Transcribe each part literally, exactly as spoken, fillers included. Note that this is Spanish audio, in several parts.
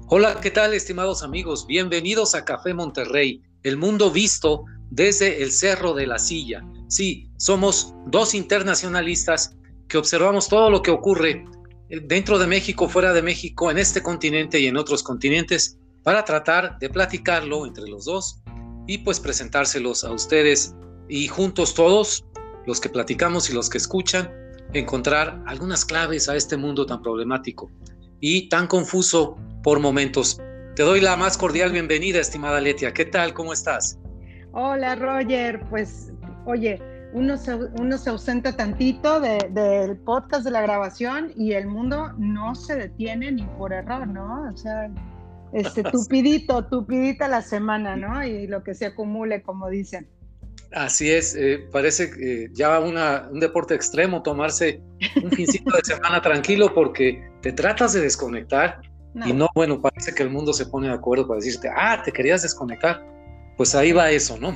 Hola, ¿qué tal, estimados amigos? Bienvenidos a Café Monterrey, el mundo visto desde el Cerro de la Silla. Sí, somos dos internacionalistas que observamos todo lo que ocurre dentro de México, fuera de México, en este continente y en otros continentes, para tratar de platicarlo entre los dos y pues presentárselos a ustedes y juntos todos, los que platicamos y los que escuchan, encontrar algunas claves a este mundo tan problemático y tan confuso por momentos. Te doy la más cordial bienvenida, estimada Letia. ¿Qué tal? ¿Cómo estás? Hola, Roger. Pues, oye, uno se, uno se ausenta tantito de, del podcast, de la grabación, y el mundo no se detiene ni por error, ¿no? O sea, este, tupidito, tupidita la semana, ¿no? Y lo que se acumule, como dicen. Así es, eh, parece eh, ya una, un deporte extremo tomarse un fincito de semana tranquilo porque te tratas de desconectar no. y no, bueno, parece que el mundo se pone de acuerdo para decirte, ah, te querías desconectar, pues ahí va eso, ¿no?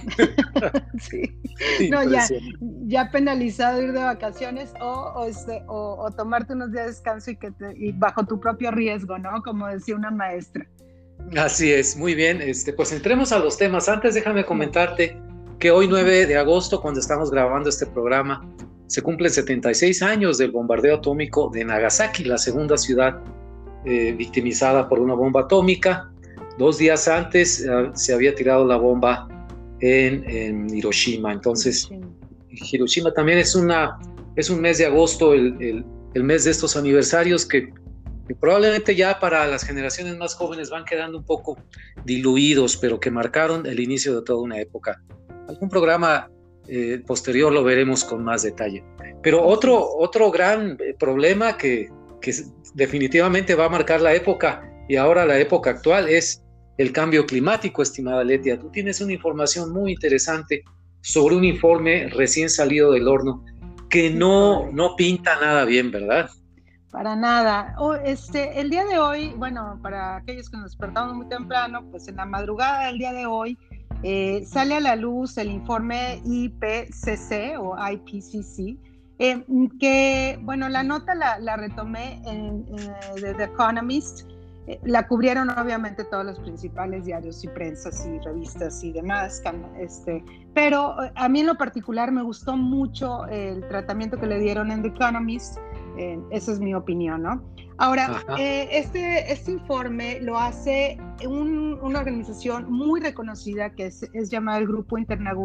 Sí, no, ya, ya penalizado ir de vacaciones o, o, este, o, o tomarte unos días de descanso y, que te, y bajo tu propio riesgo, ¿no? Como decía una maestra. Así es, muy bien, este, pues entremos a los temas. Antes déjame comentarte que hoy nueve de agosto, cuando estamos grabando este programa, se cumplen setenta y seis años del bombardeo atómico de Nagasaki, la segunda ciudad eh, victimizada por una bomba atómica. Dos días antes eh, se había tirado la bomba en, en Hiroshima. Entonces, Hiroshima. Hiroshima también es, una, es un mes de agosto, el, el, el mes de estos aniversarios que, que probablemente ya para las generaciones más jóvenes van quedando un poco diluidos, pero que marcaron el inicio de toda una época. Algún programa eh, posterior lo veremos con más detalle. Pero otro, otro gran problema que, que definitivamente va a marcar la época y ahora la época actual es el cambio climático, estimada Letia. Tú tienes una información muy interesante sobre un informe recién salido del horno que no, no pinta nada bien, ¿verdad? Para nada. Oh, este, el día de hoy, bueno, para aquellos que nos despertamos muy temprano, pues en la madrugada del día de hoy, Eh, sale a la luz el informe I P C C o I P C C, eh, que, bueno, la nota la, la retomé en, en, de The Economist, eh, la cubrieron obviamente todos los principales diarios y prensas y revistas y demás, este, pero a mí en lo particular me gustó mucho el tratamiento que le dieron en The Economist. Eh, esa es mi opinión, ¿no? Ahora, eh, este, este informe lo hace un, una organización muy reconocida que es, es llamada el Grupo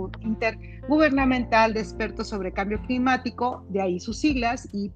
Intergubernamental de Expertos sobre Cambio Climático, de ahí sus siglas, I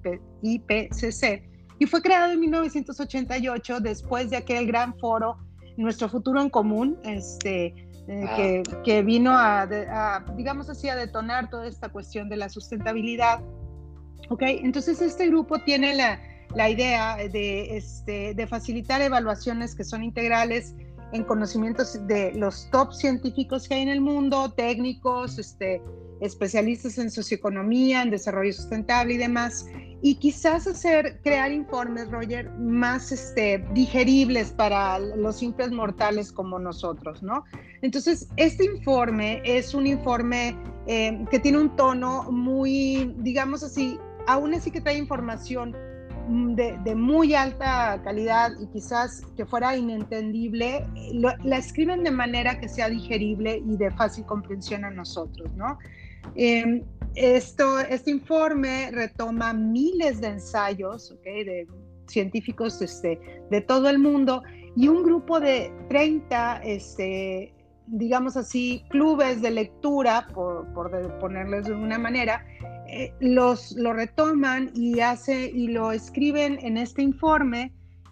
P C C, y fue creado en mil novecientos ochenta y ocho después de aquel gran foro, Nuestro Futuro en Común, este, eh, ah. que, que vino a, a, digamos así, a detonar toda esta cuestión de la sustentabilidad. Ok, entonces este grupo tiene la, la idea de, este, de facilitar evaluaciones que son integrales en conocimientos de los top científicos que hay en el mundo, técnicos, este, especialistas en socioeconomía, en desarrollo sustentable y demás, y quizás hacer, crear informes, Roger, más este, digeribles para los simples mortales como nosotros, ¿no? Entonces, este informe es un informe eh, que tiene un tono muy, digamos así, aún así que trae información de, de muy alta calidad y quizás que fuera inentendible, lo, la escriben de manera que sea digerible y de fácil comprensión a nosotros, ¿no? Eh, esto, este informe retoma miles de ensayos, ¿okay? De científicos este, de todo el mundo y un grupo de treinta, este, digamos así, clubes de lectura, por, por ponerles de una manera, eh, los, lo retoman y, hace, y lo escriben en este informe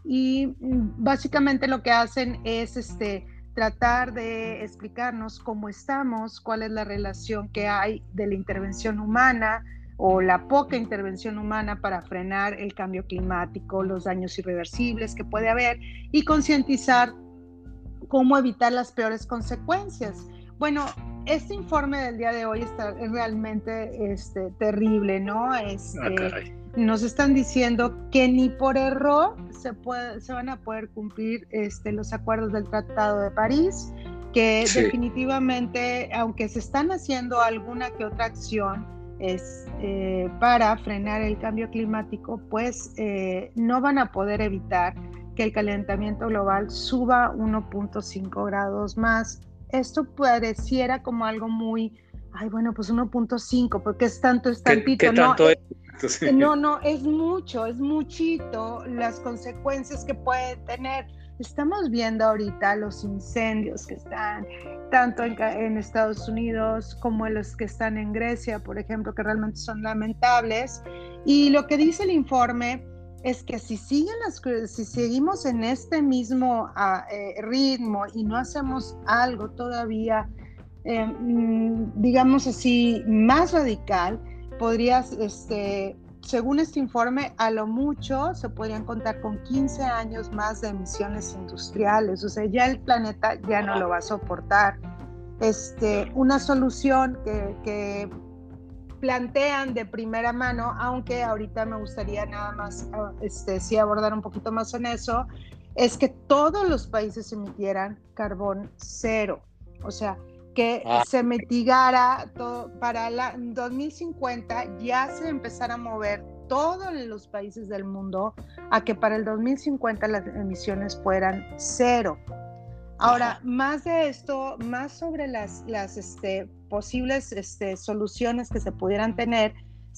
y básicamente lo que hacen es este, tratar de explicarnos cómo estamos, cuál es la relación que hay de la intervención humana o la poca intervención humana para frenar el cambio climático, los daños irreversibles que puede haber y concientizar cómo evitar las peores consecuencias. Bueno, este informe del día de hoy está realmente este, terrible, ¿no? Este, ah, nos están diciendo que ni por error se, puede, se van a poder cumplir este, los acuerdos del Tratado de París, que sí. definitivamente, aunque se están haciendo alguna que otra acción es, eh, para frenar el cambio climático, pues eh, no van a poder evitar que el calentamiento global suba uno punto cinco grados más. Esto pareciera como algo muy, ay, bueno, pues uno punto cinco, porque es tanto, es tantito. ¿Qué, qué tanto no, es? Sí. no, no, es mucho, es muchito las consecuencias que puede tener. Estamos viendo ahorita los incendios que están tanto en, en Estados Unidos como en los que están en Grecia, por ejemplo, que realmente son lamentables. Y lo que dice el informe es que si, siguen las, si seguimos en este mismo uh, eh, ritmo y no hacemos algo todavía, eh, digamos así, más radical, podrías, este, según este informe, a lo mucho se podrían contar con quince años más de emisiones industriales. O sea, ya el planeta ya no lo va a soportar. Este, una solución que, que plantean de primera mano, aunque ahorita me gustaría nada más este, sí abordar un poquito más en eso, es que todos los países emitieran carbón cero. O sea, que ah. se mitigara todo, para la dos mil cincuenta ya se empezara a mover todos los países del mundo a que para el dos mil cincuenta las emisiones fueran cero. Ahora, Ajá. más de esto, más sobre las, las este, posibles este, soluciones que se pudieran tener,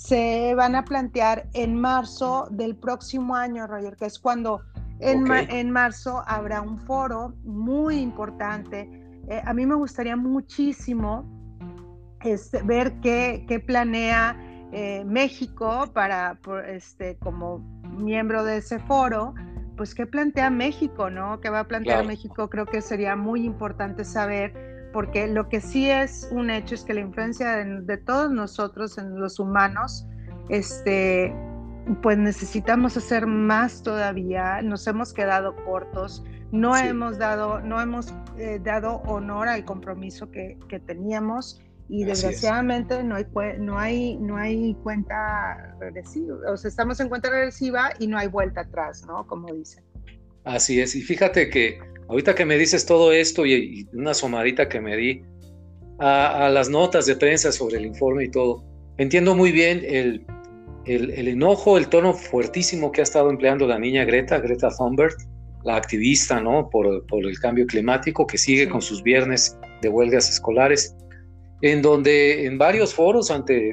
se van a plantear en marzo del próximo año, Roger, que es cuando en, okay. ma- en marzo habrá un foro muy importante. Eh, a mí me gustaría muchísimo este, ver qué, qué planea eh, México para, por, este, como miembro de ese foro, pues qué plantea México, ¿no? ¿Qué va a plantear claro. México? Creo que sería muy importante saber, porque lo que sí es un hecho es que la influencia de, de todos nosotros en los humanos, este, pues necesitamos hacer más todavía. Nos hemos quedado cortos, no sí. hemos dado, no hemos eh, dado honor al compromiso que, que teníamos. Y desgraciadamente no hay, no, hay, no hay cuenta regresiva, o sea, estamos en cuenta regresiva y no hay vuelta atrás, ¿no? Como dicen. Así es, y fíjate que ahorita que me dices todo esto y, y una asomadita que me di a, a las notas de prensa sobre el informe y todo, entiendo muy bien el, el, el enojo, el tono fuertísimo que ha estado empleando la niña Greta, Greta Thunberg, la activista, ¿no? Por, por el cambio climático, que sigue sí. con sus viernes de huelgas escolares, en donde en varios foros ante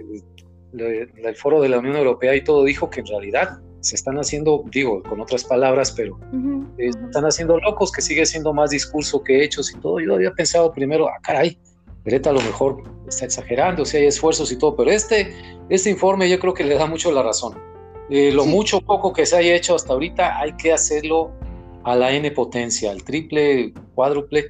el, el foro de la Unión Europea y todo dijo que en realidad se están haciendo, digo con otras palabras, pero uh-huh, eh, uh-huh. están haciendo locos, que sigue siendo más discurso que hechos y todo. Yo había pensado primero, ah caray, Greta a lo mejor está exagerando, si hay esfuerzos y todo, pero este, este informe yo creo que le da mucho la razón. Eh, lo sí. mucho o poco que se haya hecho hasta ahorita hay que hacerlo a la N potencia, al triple, cuádruple.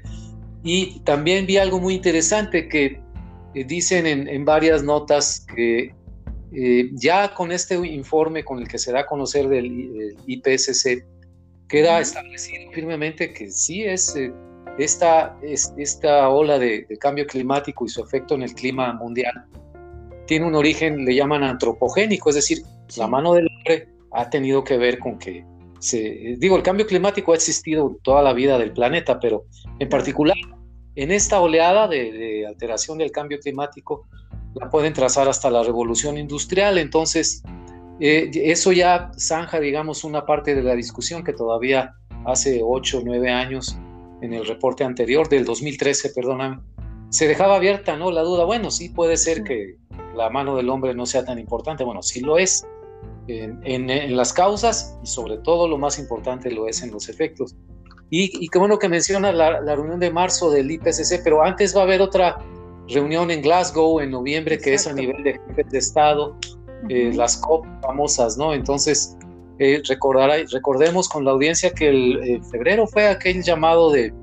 Y también vi algo muy interesante que Eh, dicen en, en varias notas que eh, ya con este informe con el que se da a conocer del eh, I P C C queda uh-huh. establecido firmemente que sí es eh, esta, es, esta ola de, de cambio climático y su efecto en el clima mundial tiene un origen, le llaman antropogénico, es decir, sí. la mano del hombre ha tenido que ver con que se, digo, el cambio climático ha existido toda la vida del planeta, pero en particular en esta oleada de, de alteración del cambio climático la pueden trazar hasta la revolución industrial. Entonces eh, eso ya zanja, digamos, una parte de la discusión que todavía hace ocho o nueve años en el reporte anterior del dos mil trece, perdóname, se dejaba abierta, ¿no? La duda, bueno, sí puede ser sí. que la mano del hombre no sea tan importante, bueno, sí lo es en, en, en las causas y sobre todo lo más importante lo es en los efectos. Y, y qué bueno que menciona la, la reunión de marzo del I P C C, pero antes va a haber otra reunión en Glasgow en noviembre, Exacto. que es a nivel de jefes de Estado, uh-huh. eh, las COP famosas, ¿no? Entonces, eh, recordará, recordemos con la audiencia que el eh, febrero fue aquel llamado de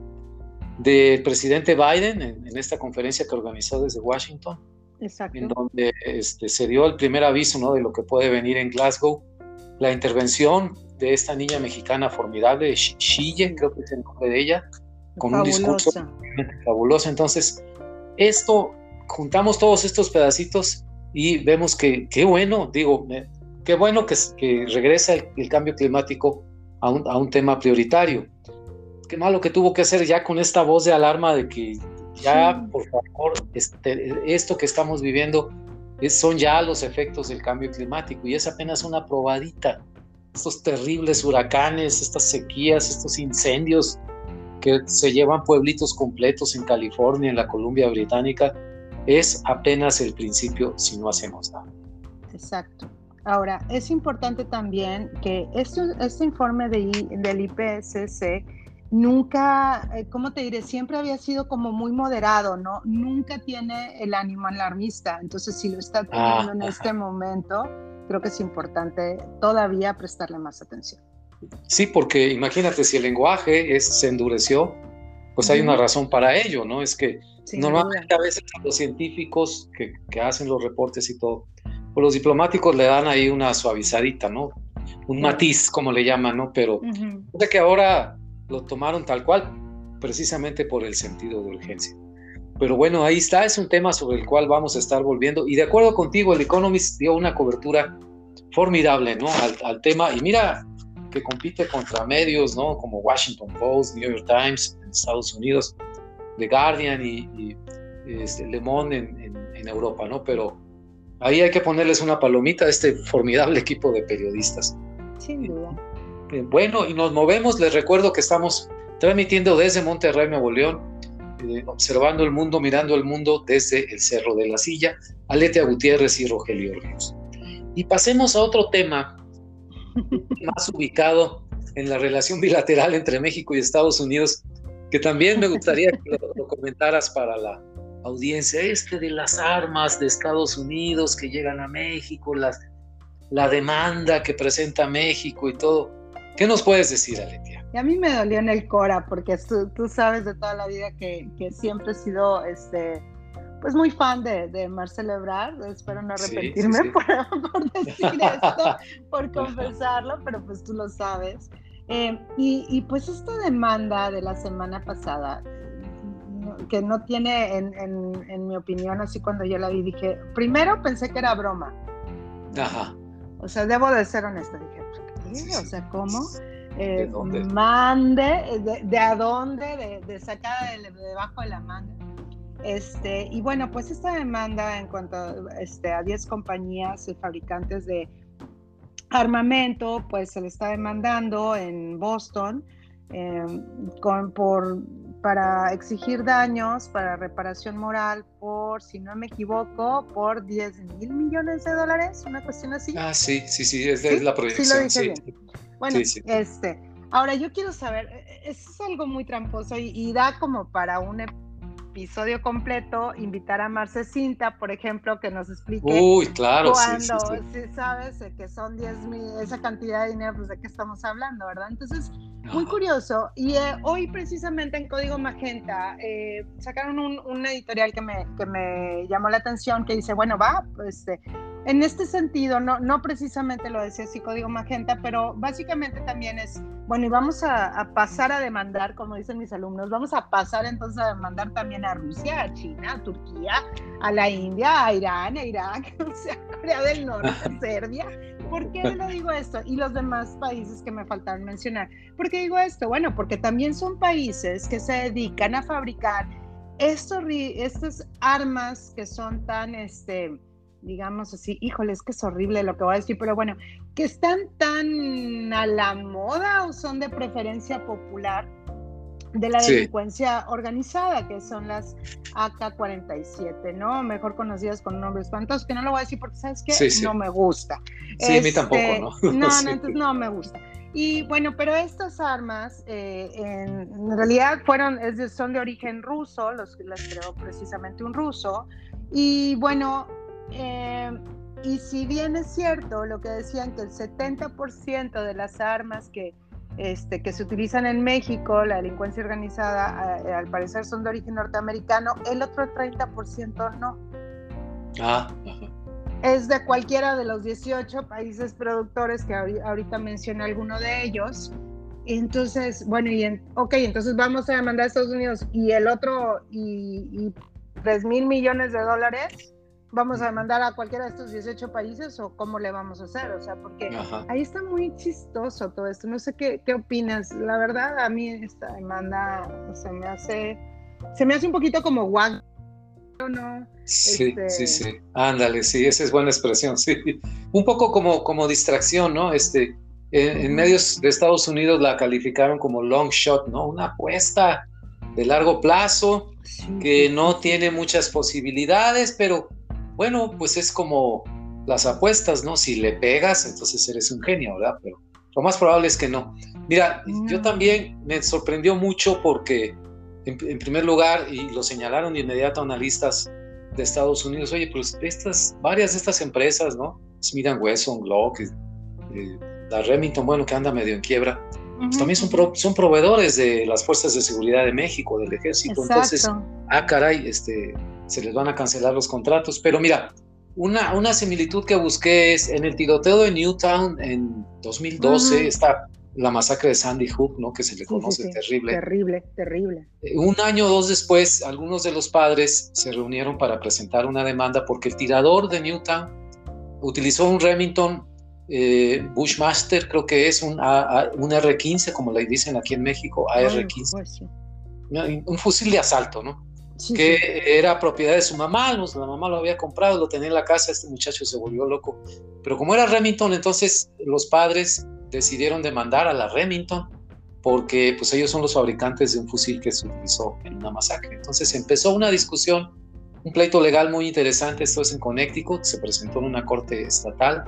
del presidente Biden en, en esta conferencia que organizó desde Washington, Exacto. en donde este, se dio el primer aviso, ¿no? de lo que puede venir en Glasgow, la intervención de esta niña mexicana formidable, Shille, creo que es el nombre de ella, con fabulosa. un discurso fabuloso. Entonces, esto, juntamos todos estos pedacitos y vemos que, qué bueno, digo, qué bueno que, que regresa el, el cambio climático a un, a un tema prioritario. Qué malo que tuvo que hacer ya con esta voz de alarma de que ya, sí. por favor, este, esto que estamos viviendo es, son ya los efectos del cambio climático y es apenas una probadita. estos terribles huracanes, estas sequías, estos incendios que se llevan pueblitos completos en California, en la Columbia Británica, es apenas el principio si no hacemos nada. Exacto. Ahora, es importante también que este, este informe de, del I P C C nunca, eh, ¿cómo te diré? Siempre había sido como muy moderado, ¿no? Nunca tiene el ánimo alarmista. Entonces, si lo está teniendo ah, en ajá. este momento, creo que es importante todavía prestarle más atención. Sí, porque imagínate, si el lenguaje es, se endureció, pues hay una razón para ello, ¿no? Es que Sin normalmente duda. a veces a los científicos que, que hacen los reportes y todo, pues los diplomáticos le dan ahí una suavizadita, ¿no? Un claro. matiz, como le llaman, ¿no? Pero uh-huh. de que ahora lo tomaron tal cual, precisamente por el sentido de urgencia. Pero bueno, ahí está, es un tema sobre el cual vamos a estar volviendo. Y de acuerdo contigo, el Economist dio una cobertura formidable, ¿no? Al, al tema, y mira que compite contra medios, ¿no? Como Washington Post, New York Times en Estados Unidos, The Guardian y, y este, Le Monde en, en, en Europa, ¿no? Pero ahí hay que ponerles una palomita a este formidable equipo de periodistas. Sin duda. Eh, bueno, y nos movemos. Les recuerdo que estamos transmitiendo desde Monterrey, Nuevo León, eh, observando el mundo, mirando el mundo desde el Cerro de la Silla, Aletea Gutiérrez y Rogelio Ríos. Y pasemos a otro tema más ubicado en la relación bilateral entre México y Estados Unidos, que también me gustaría que lo, lo comentaras para la audiencia, este de las armas de Estados Unidos que llegan a México, las, la demanda que presenta México y todo. ¿Qué nos puedes decir, Aletea? Y a mí me dolió en el cora, porque tú, tú sabes de toda la vida que, que siempre he sido este, pues muy fan de, de Marcelo Ebrard. Espero no arrepentirme sí, sí, sí. Por, por decir esto, por confesarlo, pero pues tú lo sabes. Eh, y, y pues esta demanda de la semana pasada, que no tiene, en, en, en mi opinión, así cuando yo la vi, dije, primero pensé que era broma. Ajá. O sea, debo de ser honesta, dije, ¿qué? Sí, sí. O sea, ¿cómo? ¿De eh, dónde? Mande, de, de a dónde, de, de sacada de, de debajo de la manga. Este, y bueno, pues esta demanda en cuanto a, este, a diez compañías fabricantes de armamento, pues se le está demandando en Boston eh, con, por, para exigir daños, para reparación moral, por, si no me equivoco, por diez mil millones de dólares, una cuestión así. Ah, sí, sí, sí, es, ¿Sí? es la proyección. Sí, lo dije sí. bien. Bueno, sí, sí. este, ahora yo quiero saber, es algo muy tramposo y, y da como para un episodio completo, invitar a Marce Cinta, por ejemplo, que nos explique Uy, claro, cuando, sí, sí, sí. si sabes que son diez mil, esa cantidad de dinero, pues de qué estamos hablando, ¿verdad? Entonces, muy curioso. Y eh, hoy precisamente en Código Magenta eh, sacaron un, un editorial que me, que me llamó la atención, que dice, bueno, va, pues eh, en este sentido, no, no precisamente lo decía así Código Magenta, pero básicamente también es, bueno, y vamos a, a pasar a demandar, como dicen mis alumnos, vamos a pasar entonces a demandar también a Rusia, a China, a Turquía, a la India, a Irán, a Irak, o sea, a Corea del Norte, a Serbia. ¿Por qué le digo esto? Y los demás países que me faltaron mencionar. ¿Por qué digo esto? Bueno, porque también son países que se dedican a fabricar estos, estas armas que son tan, este, digamos así, híjole, es que es horrible lo que voy a decir, pero bueno, que están tan a la moda o son de preferencia popular de la delincuencia sí. organizada, que son las A K cuarenta y siete, ¿no? Mejor conocidas con nombres espantosos, que no lo voy a decir porque, ¿sabes qué? Sí, sí. No me gusta. Sí, este, a mí tampoco, ¿no? No, sí. no, entonces no me gusta. Y bueno, pero estas armas eh, en, en realidad fueron, es de, son de origen ruso, los, las creó precisamente un ruso, y bueno, eh, y si bien es cierto lo que decían que el setenta por ciento de las armas que Este, que se utilizan en México, la delincuencia organizada, eh, al parecer son de origen norteamericano, el otro treinta por ciento no. Ah, es de cualquiera de los dieciocho países productores que ahorita mencioné alguno de ellos. Entonces, bueno, y en, ok, entonces vamos a demandar a Estados Unidos y el otro, y, y tres mil millones de dólares, ¿vamos a demandar a cualquiera de estos dieciocho países o cómo le vamos a hacer? O sea, porque Ajá. ahí está muy chistoso todo esto. No sé qué, qué opinas. La verdad, a mí esta demanda se me hace, se me hace un poquito como guag, ¿no? Sí, este... sí, sí. Ándale, sí, esa es buena expresión, sí. Un poco como, como distracción, ¿no? Este, En, en medios de Estados Unidos la calificaron como long shot, ¿no? Una apuesta de largo plazo que no tiene muchas posibilidades, pero bueno, pues es como las apuestas, ¿no? Si le pegas, entonces eres un genio, ¿verdad? Pero lo más probable es que no. Mira, no. Yo también me sorprendió mucho porque, en, en primer lugar, y lo señalaron de inmediato analistas de Estados Unidos, oye, pues estas, varias de estas empresas, ¿no? Smith and Wesson, Glock, eh, la Remington, bueno, que anda medio en quiebra, uh-huh. pues también son, pro, son proveedores de las Fuerzas de Seguridad de México, del Ejército. Exacto. Entonces, ah, caray, este, se les van a cancelar los contratos. Pero mira, una, una similitud que busqué es en el tiroteo de Newtown en dos mil doce, uh-huh. está la masacre de Sandy Hook, ¿no? Que se le sí, conoce, sí, sí. terrible. Terrible, terrible. Un año o dos después, algunos de los padres se reunieron para presentar una demanda porque el tirador de Newtown utilizó un Remington eh, Bushmaster, creo que es un, A, A, un erre quince, como le dicen aquí en México, A erre quince. Pues sí. Un fusil de asalto, ¿no? Sí, que sí. era propiedad de su mamá, la mamá lo había comprado, lo tenía en la casa, este muchacho se volvió loco. Pero como era Remington, entonces los padres decidieron demandar a la Remington porque pues ellos son los fabricantes de un fusil que se utilizó en una masacre. Entonces empezó una discusión, un pleito legal muy interesante. Esto es en Connecticut, se presentó en una corte estatal.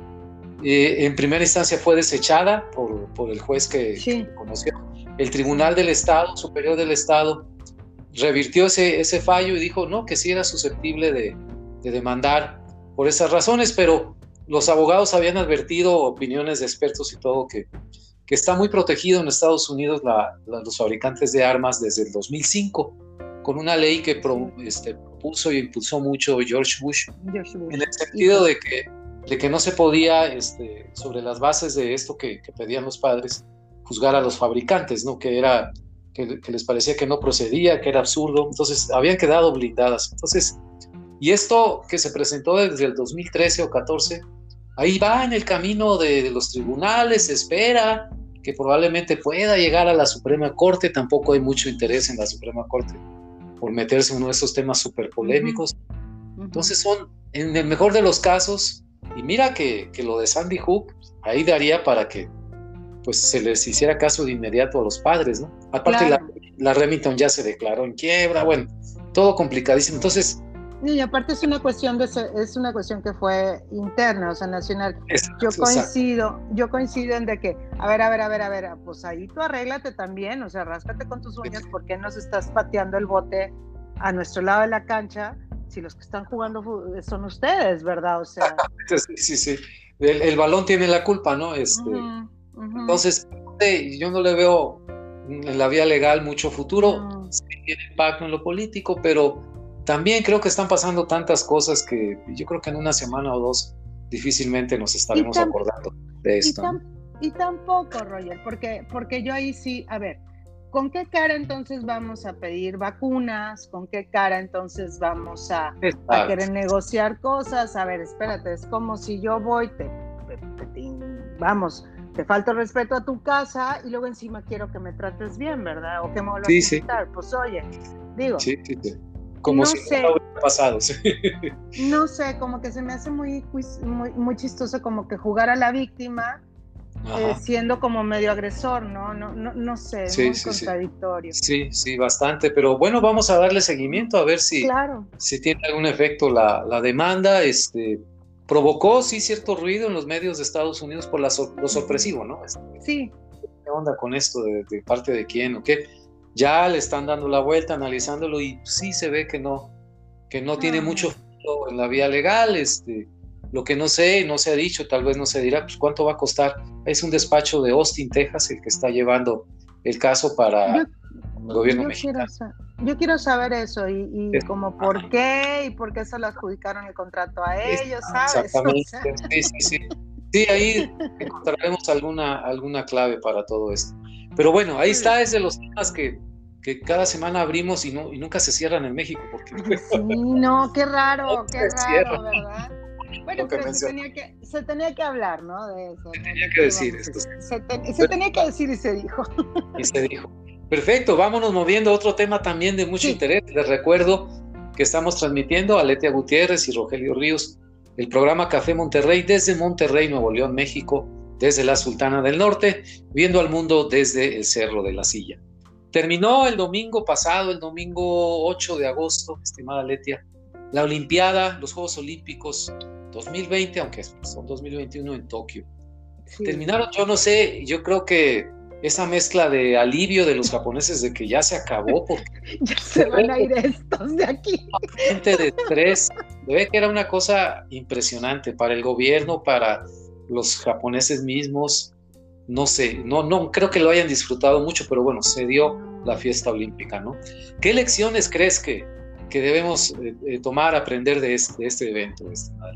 Eh, en primera instancia fue desechada por, por el juez que, sí. que conoció. El Tribunal del Estado, Superior del Estado, revirtió ese, ese fallo y dijo no, que sí era susceptible de, de demandar por esas razones, pero los abogados habían advertido, opiniones de expertos y todo, que, que está muy protegido en Estados Unidos la, la, los fabricantes de armas desde el dos mil cinco, con una ley que pro, este, propuso y impulsó mucho George Bush, George Bush. en el sentido de que, de que no se podía, este, sobre las bases de esto que, que pedían los padres, juzgar a los fabricantes, ¿no? Que era que, que les parecía que no procedía, que era absurdo. Entonces habían quedado blindadas. Entonces, y esto que se presentó desde el dos mil trece o catorce, ahí va en el camino de, de los tribunales, se espera que probablemente pueda llegar a la Suprema Corte. Tampoco hay mucho interés en la Suprema Corte por meterse en uno de esos temas súper polémicos. Uh-huh. Entonces son, en el mejor de los casos, y mira que, que lo de Sandy Hook, ahí daría para que pues se les hiciera caso de inmediato a los padres, ¿no? Aparte claro. la, la Remington ya se declaró en quiebra, bueno, todo complicadísimo. Entonces, y aparte es una cuestión de es una cuestión que fue interna, o sea, nacional. Exacto, yo coincido, exacto. yo coincido en de que, a ver, a ver, a ver, a ver, pues ahí tú arréglate también, o sea, ráscate con tus uñas, ¿por qué nos estás pateando el bote a nuestro lado de la cancha si los que están jugando son ustedes, ¿verdad? O sea, sí, sí, sí. El, el balón tiene la culpa, ¿no? Este, uh-huh, uh-huh. Entonces, yo no le veo en la vía legal mucho futuro, uh-huh. sí tiene impacto en lo político, pero también creo que están pasando tantas cosas que yo creo que en una semana o dos difícilmente nos estaremos tam- acordando de esto. Y, tam- y tampoco, Roger, porque, porque yo ahí sí, a ver, ¿con qué cara entonces vamos a pedir vacunas? ¿Con qué cara entonces vamos a, a querer negociar cosas? A ver, espérate, es como si yo voy, te, te, te, te vamos, te falta el respeto a tu casa y luego encima quiero que me trates bien, ¿verdad? O que me vuelvas sí, a visitar. Sí. Pues oye, digo... Sí, sí, sí. Como no si sé, no hubiera pasado. Sí. No sé, como que se me hace muy, muy, muy chistoso como que jugar a la víctima eh, siendo como medio agresor, ¿no? No, no, no sé, sí, muy sí, contradictorio. Sí, sí, bastante, pero bueno, vamos a darle seguimiento a ver si, claro. si tiene algún efecto la, la demanda. Este, provocó, sí, cierto ruido en los medios de Estados Unidos por la, lo sorpresivo, ¿no? Este, sí. ¿Qué onda con esto? ¿De, de parte de quién o qué? Ya le están dando la vuelta, analizándolo, y sí se ve que no, que no ah. tiene mucho futuro en la vía legal. Este, lo que no sé, no se ha dicho, tal vez no se dirá, pues cuánto va a costar. Es un despacho de Austin, Texas, el que está llevando el caso para yo, el gobierno yo mexicano. Quiero, yo quiero saber eso, y, y como por Ajá. qué, y por qué se le adjudicaron el contrato a ellos, ¿sabes? Exactamente, o sea. sí, sí, sí. Sí, ahí encontraremos alguna, alguna clave para todo esto. Pero bueno, ahí está, es de los temas que, que cada semana abrimos y, no, y nunca se cierran en México. Porque... Sí, no, qué raro, no qué raro, cierran. ¿Verdad? Bueno, pero se tenía, que, se tenía que hablar, ¿no? De eso. Se tenía que decir esto. Se, te, se tenía que decir y se dijo. Y se dijo. Perfecto, vámonos moviendo a otro tema también de mucho sí. interés. Les recuerdo que estamos transmitiendo a Letia Gutiérrez y Rogelio Ríos el programa Café Monterrey desde Monterrey, Nuevo León, México, desde la Sultana del Norte, viendo al mundo desde el Cerro de la Silla. Terminó el domingo pasado, el domingo ocho de agosto, estimada Letia, la Olimpiada, los Juegos Olímpicos dos mil veinte, aunque son dos mil veintiuno en Tokio. Sí. Terminaron, yo no sé, yo creo que esa mezcla de alivio de los japoneses de que ya se acabó, porque ya se van a ir estos de aquí. Gente de estrés, se ve que era una cosa impresionante para el gobierno, para los japoneses mismos, no sé, no, no creo que lo hayan disfrutado mucho, pero bueno, se dio la fiesta olímpica, ¿no? ¿Qué lecciones crees que, que debemos eh, tomar, aprender de este, de este evento?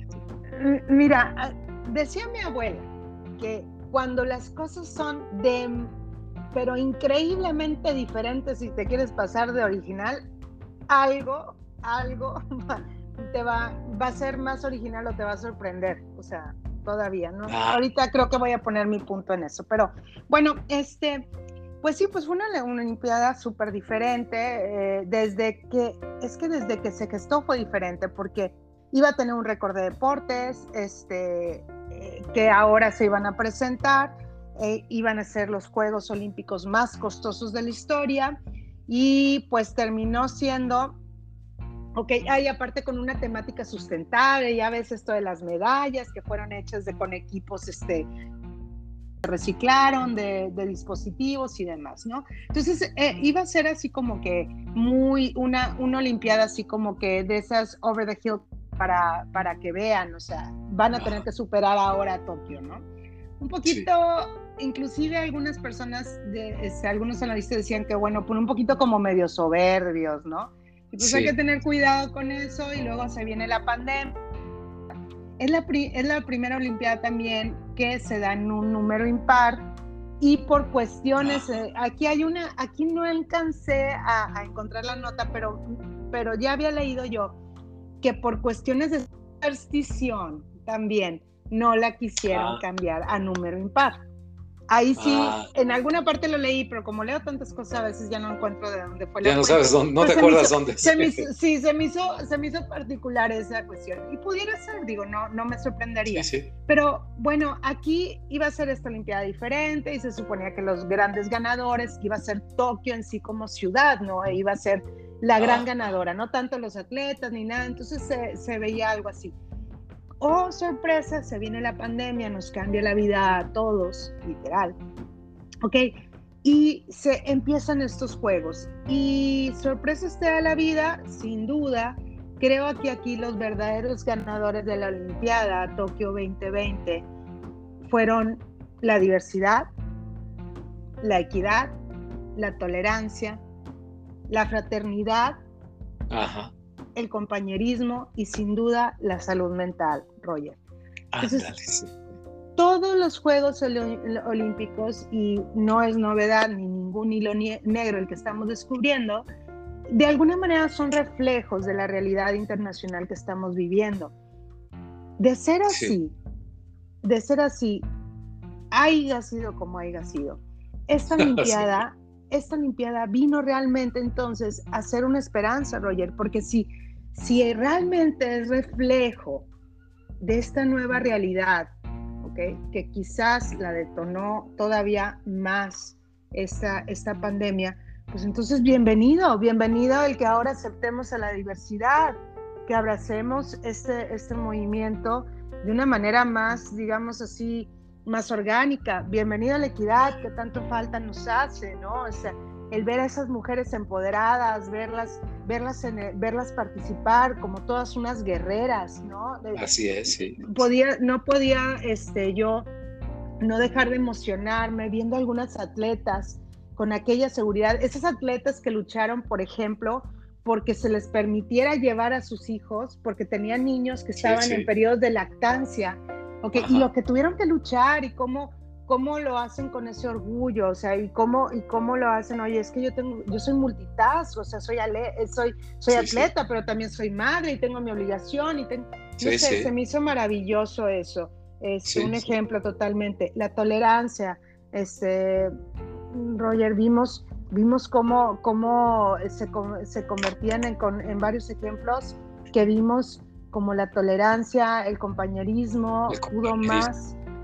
Mira, decía mi abuela que cuando las cosas son de, pero increíblemente diferentes, si te quieres pasar de original, algo, algo te va, va a ser más original o te va a sorprender, o sea, todavía, ¿no? Ah. Ahorita creo que voy a poner mi punto en eso, pero bueno, este, pues sí, pues fue una, una Olimpiada súper diferente, eh, desde que, es que desde que se gestó fue diferente, porque iba a tener un récord de deportes, este, eh, que ahora se iban a presentar, eh, iban a ser los Juegos Olímpicos más costosos de la historia, y pues terminó siendo, ok, hay aparte con una temática sustentable, ya ves esto de las medallas que fueron hechas de, con equipos, este, reciclaron de, de dispositivos y demás, ¿no? Entonces eh, iba a ser así como que muy, una, una Olimpiada así como que de esas over the hill para, para que vean, o sea, van a tener que superar ahora a Tokio, ¿no? Un poquito, sí. Inclusive algunas personas, de, este, algunos analistas decían que bueno, pues un poquito como medio soberbios, ¿no? Y pues sí. Hay que tener cuidado con eso y luego se viene la pandemia. Es la, pri- es la primera Olimpiada también que se da en un número impar y por cuestiones, eh, aquí hay una, aquí no alcancé a, a encontrar la nota, pero, pero ya había leído yo que por cuestiones de superstición también no la quisieron ah. cambiar a número impar. Ahí sí, ah. en alguna parte lo leí, pero como leo tantas cosas a veces ya no encuentro de dónde fue la Ya no fuente. Sabes dónde, no pues te acuerdas hizo, dónde. Se me hizo, sí, se me, hizo, se me hizo particular esa cuestión. Y pudiera ser, digo, no, no me sorprendería. Sí, sí. Pero bueno, aquí iba a ser esta Olimpiada diferente y se suponía que los grandes ganadores, iba a ser Tokio en sí como ciudad, ¿no? E iba a ser la gran ah. ganadora, no tanto los atletas ni nada. Entonces se, se veía algo así. Oh, sorpresa, se viene la pandemia, nos cambia la vida a todos, literal. Ok, y se empiezan estos juegos. Y sorpresas te da la vida, sin duda. Creo que aquí los verdaderos ganadores de la Olimpiada Tokio veinte veinte fueron la diversidad, la equidad, la tolerancia, la fraternidad, Ajá. el compañerismo y sin duda la salud mental, Roger. Entonces, Ándale, sí. Todos los Juegos Olímpicos, y no es novedad ni ningún hilo negro el que estamos descubriendo, de alguna manera son reflejos de la realidad internacional que estamos viviendo. De ser así, sí. de ser así, haya sido como haya sido, esta Olimpiada, sí. esta Olimpiada vino realmente entonces a ser una esperanza, Roger, porque si, si realmente es reflejo de esta nueva realidad, ¿okay? Que quizás la detonó todavía más esta, esta pandemia, pues entonces bienvenido, bienvenido el que ahora aceptemos a la diversidad, que abracemos este, este movimiento de una manera más, digamos así, más orgánica. Bienvenido a la equidad que tanto falta nos hace, ¿no? O sea, el ver a esas mujeres empoderadas, verlas, verlas, en el, verlas participar como todas unas guerreras, ¿no? Así es, sí. Podía, no podía este, yo no dejar de emocionarme viendo algunas atletas con aquella seguridad, esas atletas que lucharon, por ejemplo, porque se les permitiera llevar a sus hijos, porque tenían niños que estaban sí, sí. en periodos de lactancia, ¿okay? Y lo que tuvieron que luchar y cómo cómo lo hacen con ese orgullo, o sea, y cómo, y cómo lo hacen, oye, es que yo tengo, yo soy multitask, o sea, soy, ale, soy, soy sí, atleta, sí. pero también soy madre y tengo mi obligación, y tengo, sí, no sé, sí. se me hizo maravilloso eso, es sí, un sí. ejemplo totalmente, la tolerancia, este, Roger, vimos, vimos cómo, cómo se, se convertían en, en varios ejemplos que vimos, como la tolerancia, el compañerismo, el compañerismo. pudo más,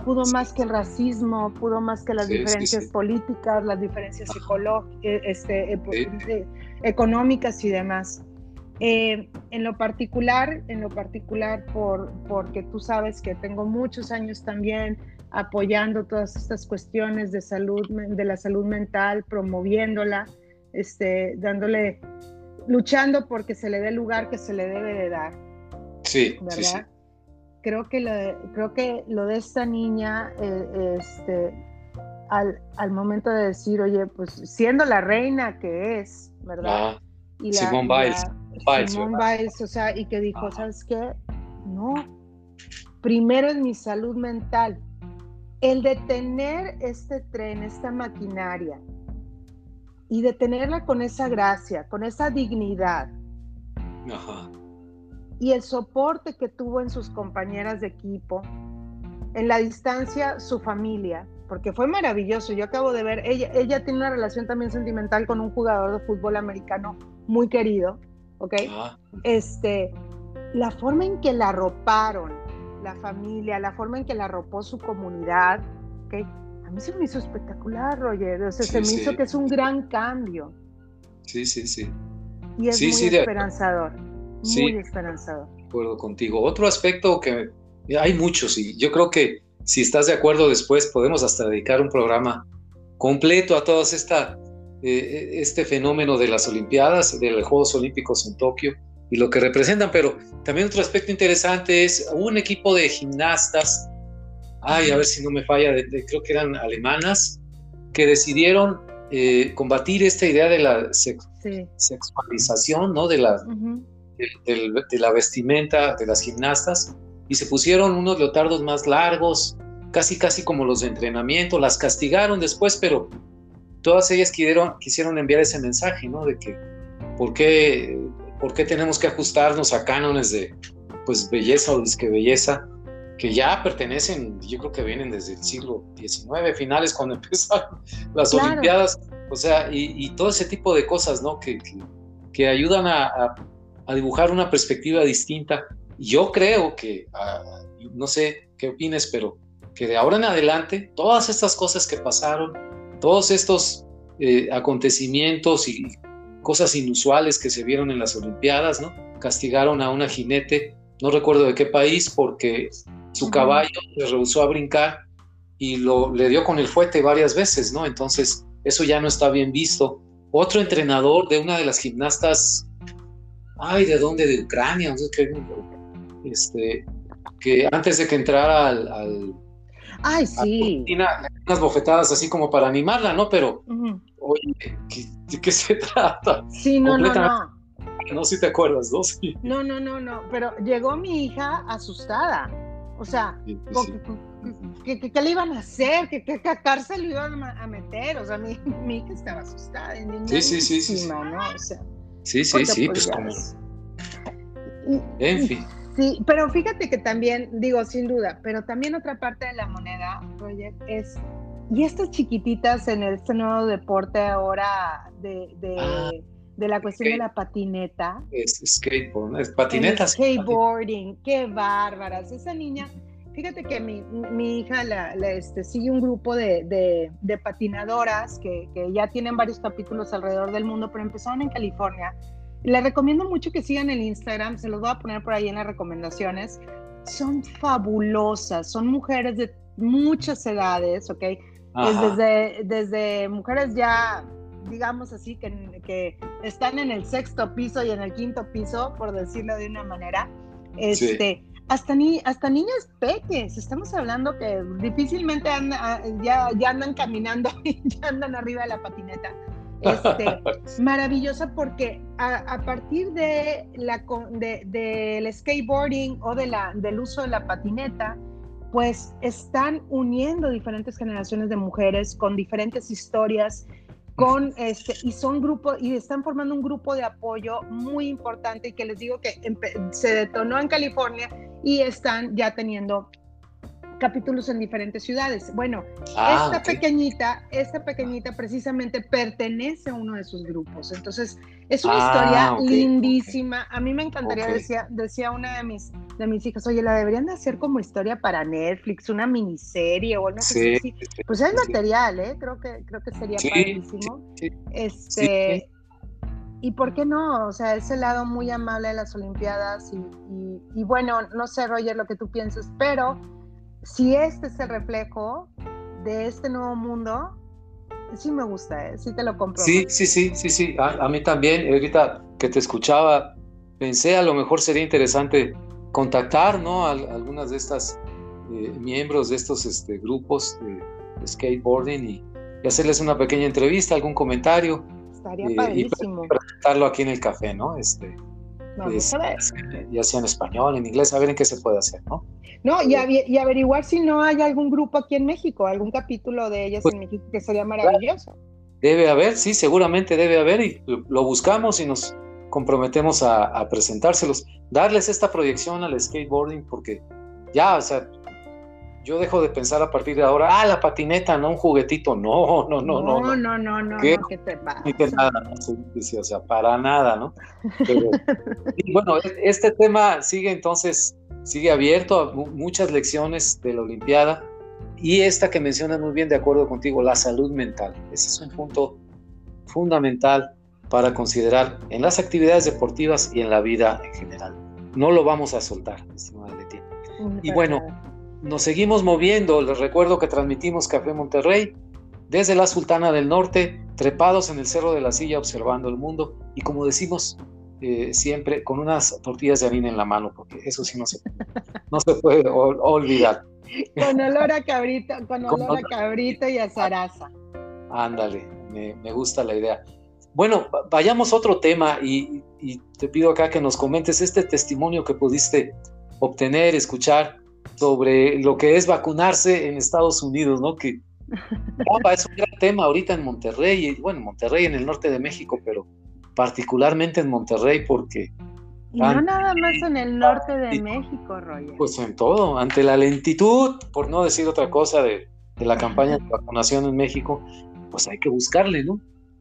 pudo más que el racismo, pudo más que las sí, diferencias sí, sí. políticas, las diferencias psicológicas, este, eh, Sí. eh, económicas y demás. Eh, en lo particular, en lo particular por, porque tú sabes que tengo muchos años también apoyando todas estas cuestiones de salud, de la salud mental, promoviéndola, este, dándole, luchando porque se le dé el lugar que se le debe de dar, Sí, ¿verdad? sí, sí. Creo que lo de, creo que lo de esta niña, eh, este, al, al momento de decir, oye, pues siendo la reina que es, ¿verdad? Ah, Y la, Simone y Biles, la Biles, Simone ¿verdad? Biles, o sea, y que dijo, Ajá. ¿sabes qué? No, primero es mi salud mental. El de tener este tren, esta maquinaria, y de tenerla con esa gracia, con esa dignidad, Ajá. y el soporte que tuvo en sus compañeras de equipo, en la distancia su familia, porque fue maravilloso. Yo acabo de ver, ella, ella tiene una relación también sentimental con un jugador de fútbol americano muy querido, ¿ok? Ah, Este, la forma en que la arroparon, la familia, la forma en que la arropó su comunidad, ¿ok? A mí se me hizo espectacular, Roger, o sea, sí, se me hizo sí, que es un gran cambio sí, sí, sí. y es Sí, muy sí, de, esperanzador, sí, muy esperanzador. de acuerdo contigo. Otro aspecto que hay muchos y yo creo que si estás de acuerdo después podemos hasta dedicar un programa completo a todo esta, eh, este fenómeno de las Olimpiadas, de los Juegos Olímpicos en Tokio y lo que representan, pero también otro aspecto interesante es un equipo de gimnastas, ay, a ver si no me falla, de, de, creo que eran alemanas, que decidieron eh, combatir esta idea de la sex, Sí. sexualización, ¿no? De la, Uh-huh. de, de, de la vestimenta de las gimnastas y se pusieron unos leotardos más largos, casi casi como los de entrenamiento, las castigaron después, pero todas ellas quisieron, quisieron enviar ese mensaje, ¿no? De que ¿por qué, por qué tenemos que ajustarnos a cánones de pues belleza o disque belleza que ya pertenecen, yo creo que vienen desde el siglo diecinueve, finales cuando empezaron las Claro. Olimpiadas, o sea, y, y todo ese tipo de cosas, ¿no? Que, que, que ayudan a, a, a dibujar una perspectiva distinta. Yo creo que, uh, no sé qué opines, pero que de ahora en adelante, todas estas cosas que pasaron, todos estos eh, acontecimientos y cosas inusuales que se vieron en las Olimpiadas, ¿no? Castigaron a una jinete, no recuerdo de qué país, porque su caballo uh-huh. le rehusó a brincar y lo, le dio con el fuete varias veces, ¿no? Entonces, eso ya no está bien visto. Otro entrenador de una de las gimnastas, ay, ¿de dónde? De Ucrania, no sé qué, este, que antes de que entrara al, al ay, sí, a unas bofetadas así como para animarla, ¿no? Pero, uh-huh. oye, ¿de qué se trata? Sí, no, no, no. No, si te acuerdas, ¿no? Sí. No, no, no, no, pero llegó mi hija asustada, o sea, sí, sí. ¿Qué, qué, qué le iban a hacer? ¿Qué, qué, qué cárcel le iban a meter? O sea, mi, mi hija estaba asustada, sí, sí, sí, sí, ¿no? O sea, sí, sí, sí, pues, pues como... Y, en fin. Sí, pero fíjate que también, digo, sin duda, pero también otra parte de la moneda, Roger, es, y estas chiquititas en este nuevo deporte ahora de... de ah. de la cuestión skate. de la patineta. Es skateboard, es patineta. El skateboarding, qué bárbaras. Esa niña, fíjate que mi, mi hija la, la, este, sigue un grupo de, de, de patinadoras que, que ya tienen varios capítulos alrededor del mundo, pero empezaron en California. Les recomiendo mucho que sigan el Instagram, se los voy a poner por ahí en las recomendaciones. Son fabulosas, son mujeres de muchas edades, ¿ok? Es desde, desde mujeres ya... digamos así, que, que están en el sexto piso y en el quinto piso, por decirlo de una manera, este, sí. hasta, ni, hasta niñas peques, estamos hablando que difícilmente anda, ya, ya andan caminando y ya andan arriba de la patineta. Este, maravillosa porque a, a partir de la, de, del skateboarding o de la, del uso de la patineta, pues están uniendo diferentes generaciones de mujeres con diferentes historias, con este, y son grupos, y están formando un grupo de apoyo muy importante, y que les digo que empe- se detonó en California y están ya teniendo capítulos en diferentes ciudades. Bueno, Ah, esta okay. pequeñita, esta pequeñita precisamente pertenece a uno de sus grupos. Entonces, es una historia Ah, okay, lindísima. A mí me encantaría, okay. decía, decía una de mis, de mis hijas, oye, la deberían de hacer como historia para Netflix, una miniserie o una cosa Sí, así. sí, Pues hay sí, material, ¿eh? Creo que, creo que sería sí, sí, padrísimo. sí, sí, sí. Este, ¿y por qué no? O sea, ese lado muy amable de las Olimpiadas y, y, y bueno, no sé, Roger, lo que tú piensas, pero si este es el reflejo de este nuevo mundo, sí me gusta, ¿eh? Sí te lo compro, Sí, Roger. sí, sí, sí, sí. A, a mí también, ahorita que te escuchaba, pensé a lo mejor sería interesante contactar, ¿no? A, a algunas de estas eh, miembros de estos este, grupos de, de skateboarding y, y hacerles una pequeña entrevista, algún comentario Estaría eh, y pre- padrísimo. presentarlo aquí en el café, ¿no? Este, Vamos es- a ver. ya sea en español, en inglés, a ver en qué se puede hacer, ¿no? No, y, Eh, avi- y averiguar si no hay algún grupo aquí en México, algún capítulo de ellas pues en México, que sería claro, maravilloso. debe haber, sí, seguramente debe haber y lo, lo buscamos y nos comprometemos a, a presentárselos, darles esta proyección al skateboarding porque ya, o sea, yo dejo de pensar a partir de ahora, ah, la patineta, no un juguetito, no, no, no, no, No, no, no, no, no, que no, ¿qué te ni que pasa? nada, no sí, sí, sí, o sea, para nada, ¿no? Pero y bueno, e- este tema sigue entonces, sigue abierto a mu- muchas lecciones de la Olimpiada y esta que mencionas muy bien, de acuerdo contigo, la salud mental. Ese es un punto fundamental para considerar en las actividades deportivas y en la vida en general. No lo vamos a soltar, estimada Leti. Y Para bueno, nada. nos seguimos moviendo. Les recuerdo que transmitimos Café Monterrey desde la Sultana del Norte, trepados en el Cerro de la Silla observando el mundo y como decimos eh, siempre, con unas tortillas de harina en la mano, porque eso sí no se, no se puede ol- olvidar. Con olor a cabrito, con Con olor a otra- cabrito y a zaraza. Ándale, me, me gusta la idea. Bueno, vayamos a otro tema y, y te pido acá que nos comentes este testimonio que pudiste obtener, escuchar sobre lo que es vacunarse en Estados Unidos, ¿no? Que oh, es un gran tema ahorita en Monterrey, y bueno, Monterrey en el norte de México, pero particularmente en Monterrey porque Y no ante, nada más en el norte de México, Roger. pues en todo, ante la lentitud, por no decir otra cosa, de, de la campaña de vacunación en México, pues hay que buscarle, ¿no?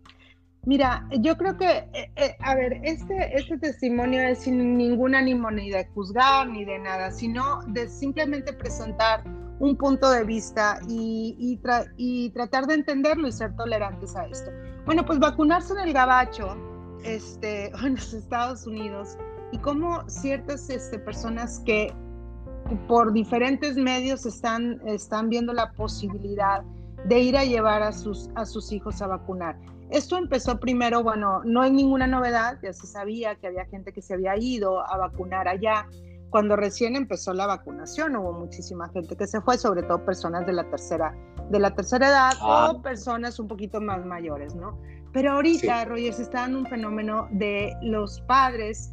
Mira, yo creo que, eh, eh, a ver, este, este testimonio es sin ningún ánimo ni de juzgar ni de nada, sino de simplemente presentar un punto de vista y, y, tra y tratar de entenderlo y ser tolerantes a esto. Bueno, pues vacunarse en el gabacho, este, en los Estados Unidos, y cómo ciertas este, personas que por diferentes medios están, están viendo la posibilidad de ir a llevar a sus, a sus hijos a vacunar. Esto empezó primero, bueno, no hay ninguna novedad, ya se sabía que había gente que se había ido a vacunar allá. Cuando recién empezó la vacunación hubo muchísima gente que se fue, sobre todo personas de la tercera, de la tercera edad Ah, o personas un poquito más mayores, ¿no? Pero sí. ahorita, Roger, se está dando un fenómeno de los padres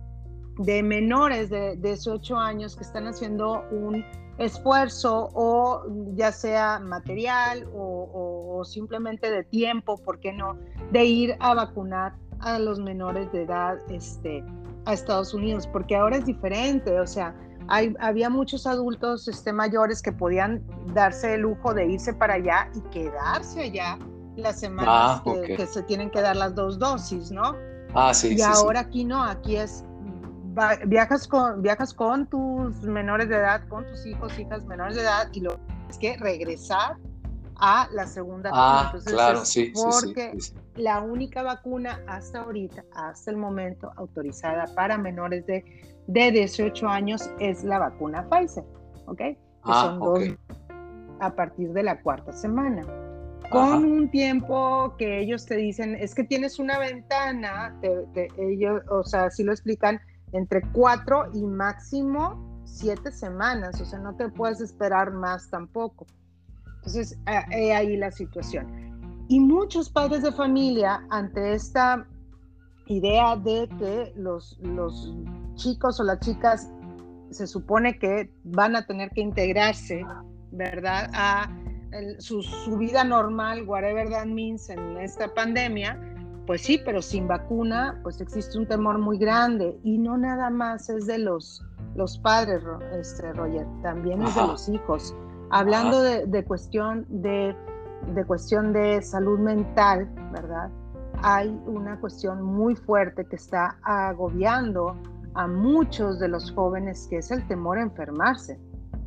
de menores de dieciocho años que están haciendo un esfuerzo o ya sea material o, o, o simplemente de tiempo, ¿por qué no?, de ir a vacunar a los menores de edad este, a Estados Unidos, porque ahora es diferente, o sea, hay, había muchos adultos este, mayores que podían darse el lujo de irse para allá y quedarse allá las semanas Ah, ok. que, que se tienen que dar las dos dosis, ¿no? Ah, sí, Y sí, sí. ahora aquí no, aquí es viajas con, viajas con tus menores de edad, con tus hijos, hijas menores de edad, y lo tienes que regresar a la segunda toma. Ah, Entonces claro, es sí, sí, sí, porque sí, sí. la única vacuna hasta ahorita, hasta el momento, autorizada para menores de, de dieciocho años es la vacuna Pfizer, ¿ok? Que Ah, son ok. dos a partir de la cuarta semana. Con Ajá. un tiempo que ellos te dicen, es que tienes una ventana, te, te, ellos, o sea, así lo explican, entre cuatro y máximo siete semanas, o sea, no te puedes esperar más tampoco. Entonces, he ahí la situación. Y muchos padres de familia, ante esta idea de que los, los chicos o las chicas se supone que van a tener que integrarse, ¿verdad?, a el, su, su vida normal, whatever that means, en esta pandemia, pues sí, pero sin vacuna, pues existe un temor muy grande, y no nada más es de los los padres, este, Roger, también es Ajá. de los hijos. Hablando de, de, cuestión de, de cuestión de salud mental, ¿verdad? Hay una cuestión muy fuerte que está agobiando a muchos de los jóvenes, que es el temor a enfermarse.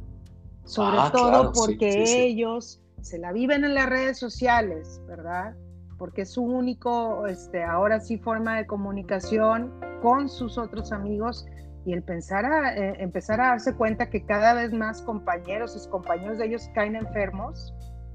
Sobre Ah, todo claro, porque sí, sí, sí. ellos se la viven en las redes sociales, ¿verdad? Porque es su único, este, ahora sí, forma de comunicación con sus otros amigos, y el pensar a, eh, empezar a darse cuenta que cada vez más compañeros, sus compañeros de ellos caen enfermos,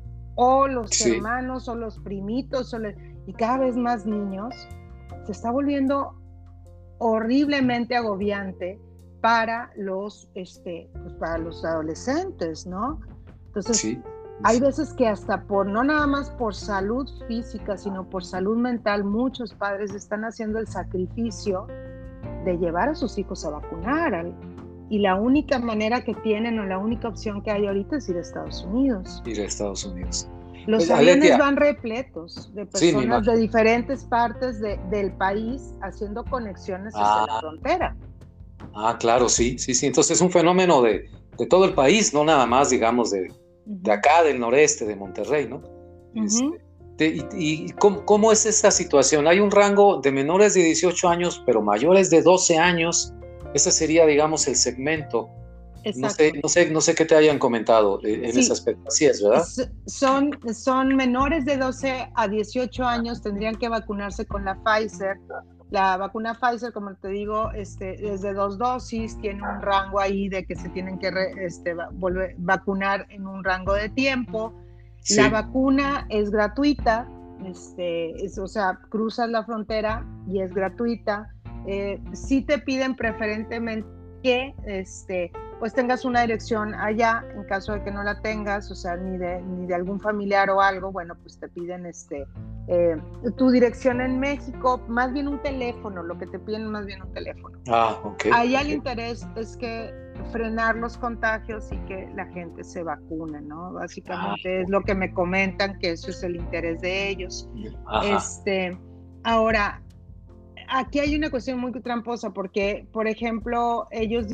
o los sí. hermanos, o los primitos, o le, y cada vez más niños, se está volviendo horriblemente agobiante para los, este, pues para los adolescentes, ¿no? Entonces, sí, sí. hay veces que hasta por, no nada más por salud física, sino por salud mental, muchos padres están haciendo el sacrificio de llevar a sus hijos a vacunar. Y la única manera que tienen, o la única opción que hay ahorita, es ir a Estados Unidos. Ir a Estados Unidos. Los pues, aviones Aletia. van repletos de personas sí, de diferentes partes de, del país haciendo conexiones hacia ah. la frontera. Ah, claro, sí, sí, sí. Entonces es un fenómeno de, de todo el país, no nada más, digamos, de, uh-huh. de acá, del noreste, de Monterrey, ¿no? Uh-huh. Este, de, y y ¿cómo, ¿cómo es esa situación? Hay un rango de menores de dieciocho años, pero mayores de doce años. Ese sería, digamos, el segmento. No sé, no, sé, no sé qué te hayan comentado en sí. ese aspecto. Así es, ¿verdad? Son, son menores de doce a dieciocho años, tendrían que vacunarse con la Pfizer. La vacuna Pfizer, como te digo, este, es de dos dosis, tiene un rango ahí de que se tienen que re, este, volver, vacunar en un rango de tiempo. Sí. La vacuna es gratuita, este, es, o sea, cruzas la frontera y es gratuita. Eh, sí te piden preferentemente que este, pues tengas una dirección allá, en caso de que no la tengas, o sea, ni de, ni de algún familiar o algo, bueno, pues te piden este, eh, tu dirección en México, más bien un teléfono, lo que te piden más bien un teléfono. Ah, ok. Allá okay. el interés es que frenar los contagios y que la gente se vacune, ¿no? Básicamente ah, es okay. lo que me comentan, que eso es el interés de ellos. Ajá. Este, ahora, aquí hay una cuestión muy tramposa porque, por ejemplo, ellos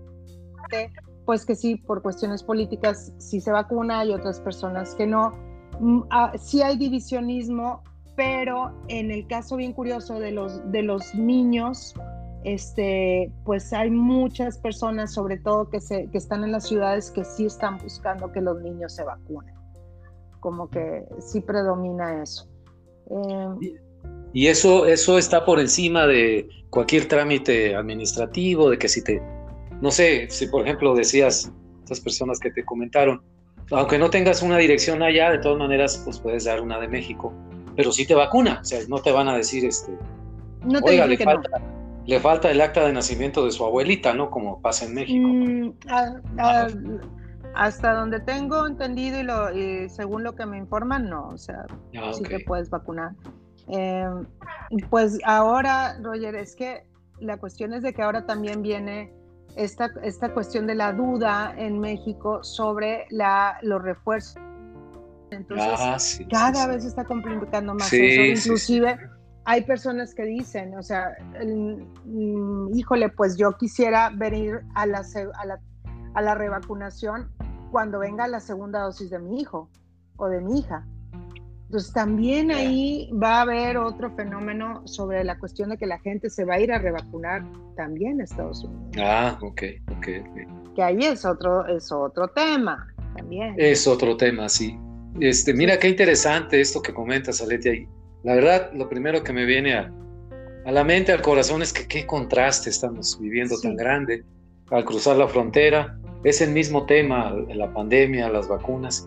pues que sí, por cuestiones políticas sí se vacuna, y otras personas que no. Uh, sí hay divisionismo, pero en el caso bien curioso de los, de los niños, este, pues hay muchas personas, sobre todo que, se, que están en las ciudades, que sí están buscando que los niños se vacunen. Como que sí predomina eso. Eh, Y eso, eso está por encima de cualquier trámite administrativo, de que si te, no sé, si por ejemplo decías, estas personas que te comentaron, aunque no tengas una dirección allá, de todas maneras, pues puedes dar una de México, pero sí te vacuna, o sea, no te van a decir, este, no te oiga, le que falta, no. le falta el acta de nacimiento de su abuelita, ¿no? Como pasa en México. Mm, a, a, hasta donde tengo entendido y, lo, y según lo que me informan, no, o sea, ah, okay. sí te puedes vacunar. Eh, pues ahora, Roger, es que la cuestión es de que ahora también viene esta, esta cuestión de la duda en México sobre la, los refuerzos. Entonces, ah, sí, cada sí, vez sí. se está complicando más sí, eso. Inclusive, sí, sí. hay personas que dicen, o sea, el, mm, híjole, pues yo quisiera venir a la, a, la, a la revacunación cuando venga la segunda dosis de mi hijo o de mi hija. Entonces también ahí va a haber otro fenómeno sobre la cuestión de que la gente se va a ir a revacunar también a Estados Unidos. Ah, ok, ok, ok. Que ahí es otro, es otro tema también. Es otro tema, sí. Este, mira sí. Qué interesante esto que comentas, Aletia. La verdad, lo primero que me viene a, a la mente, al corazón, es que qué contraste estamos viviendo sí. tan grande al cruzar la frontera. Es el mismo tema, la pandemia, las vacunas.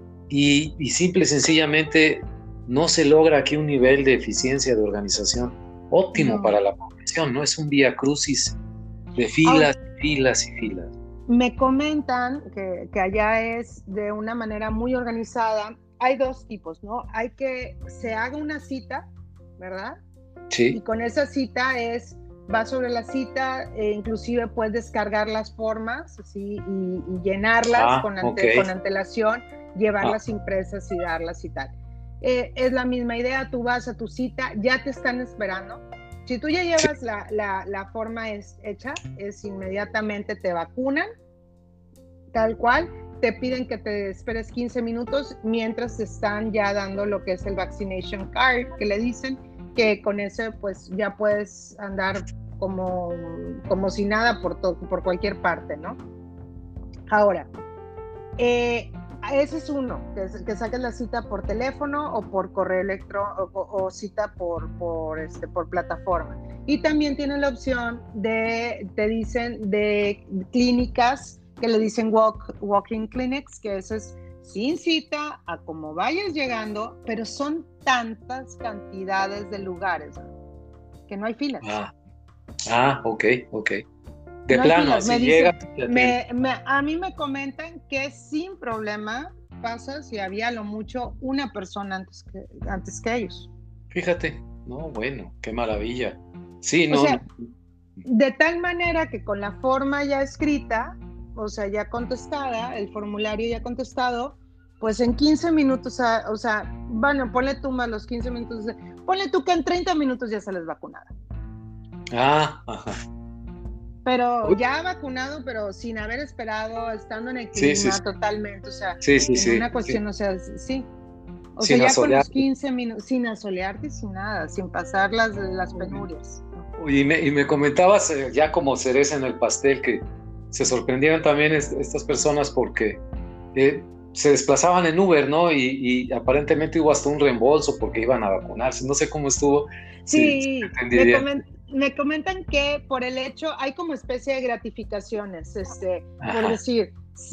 Y, y simple y sencillamente no se logra aquí un nivel de eficiencia de organización óptimo no. para la población, ¿no? Es un vía crucis de filas, oh. filas y filas. Me comentan que, que allá es de una manera muy organizada. Hay dos tipos, ¿no? Hay que se haga una cita, ¿verdad? Sí. Y con esa cita es, va sobre la cita, e inclusive puedes descargar las formas, ¿sí? y, y llenarlas ah, con, ante, okay. con antelación, llevarlas ah. impresas y darlas y tal. Eh, es la misma idea, tú vas a tu cita, ya te están esperando, Si tú ya llevas sí. la, la, la forma es hecha, es inmediatamente te vacunan, tal cual, te piden que te esperes quince minutos mientras te están ya dando lo que es el vaccination card, que le dicen que con ese pues ya puedes andar como, como si nada por, to, por cualquier parte, ¿no? Ahora, eh, ese es uno, que, que saques la cita por teléfono o por correo electrónico o, o cita por, por, este, por plataforma. Y también tienen la opción de, te dicen, de clínicas que le dicen walk, walk-in clinics, que eso es sin cita, a como vayas llegando, pero son tantas cantidades de lugares que no hay filas. Ah, ah ok, ok. De no plano, así me llega. Dicen, me, me, a mí me comentan que sin problema pasa si había a lo mucho una persona antes que, antes que ellos. Fíjate, no, bueno, qué maravilla. Sí, no. O sea, de tal manera que con la forma ya escrita, o sea, ya contestada, el formulario ya contestado, pues en quince minutos, o sea, bueno, ponle tú más los quince minutos, ponle tú que en treinta minutos ya sales vacunada. Ah, ajá. Pero Uy. ya vacunado, pero sin haber esperado, estando en el clima sí, sí, sí. totalmente, o sea, sí, sí, en sí, una cuestión, sí. o sea, sí. O sin sea, ya asolearte. con los quince minutos, sin asolearte, sin nada, sin pasar las, las penurias. Y me, y me comentabas, eh, ya como cereza en el pastel, que se sorprendieron también est estas personas porque eh, se desplazaban en Uber, ¿no? Y, y aparentemente hubo hasta un reembolso porque iban a vacunarse. No sé cómo estuvo. Sí, sí me, coment me comentan que por el hecho, hay como especie de gratificaciones, este, por decir,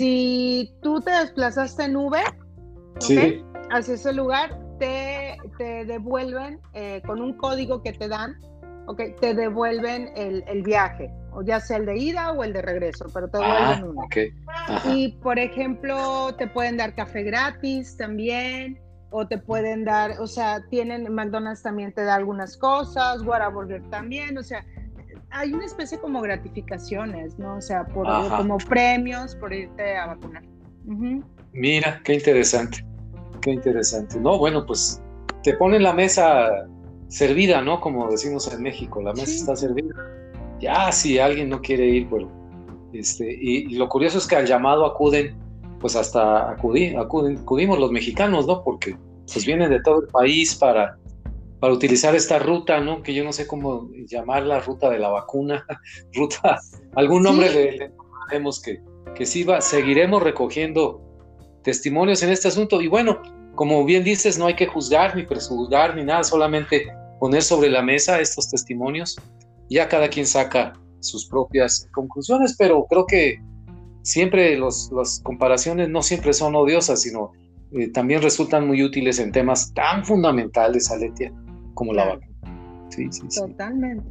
si tú te desplazaste en Uber, sí. ¿okay? hacia ese lugar, te, te devuelven eh, con un código que te dan, okay, te devuelven el, el viaje, o ya sea el de ida o el de regreso, pero te devuelven ah, uno. Okay. Y, por ejemplo, te pueden dar café gratis también, o te pueden dar, o sea, tienen, McDonald's también te da algunas cosas, Whataburger también, o sea, hay una especie como gratificaciones, ¿no? O sea, por, como premios por irte a vacunar. Uh-huh. Mira, qué interesante, qué interesante. No, bueno, pues te ponen la mesa servida, ¿no? Como decimos en México, la mesa sí. está servida. Ya, si alguien no quiere ir, bueno, este, y, y lo curioso es que al llamado acuden, pues hasta acudí, acuden, acudimos los mexicanos, ¿no? Porque pues vienen de todo el país para, para utilizar esta ruta, ¿no? Que yo no sé cómo llamarla, ruta de la vacuna, ruta, algún nombre ¿Sí? le, le daremos que, que sí va, seguiremos recogiendo testimonios en este asunto. Y bueno, como bien dices, no hay que juzgar ni prejuzgar ni nada, solamente poner sobre la mesa estos testimonios. Ya cada quien saca sus propias conclusiones, pero creo que siempre los, las comparaciones no siempre son odiosas, sino eh, también resultan muy útiles en temas tan fundamentales, Aletia, como claro. la vacuna. Sí, sí, sí. Totalmente.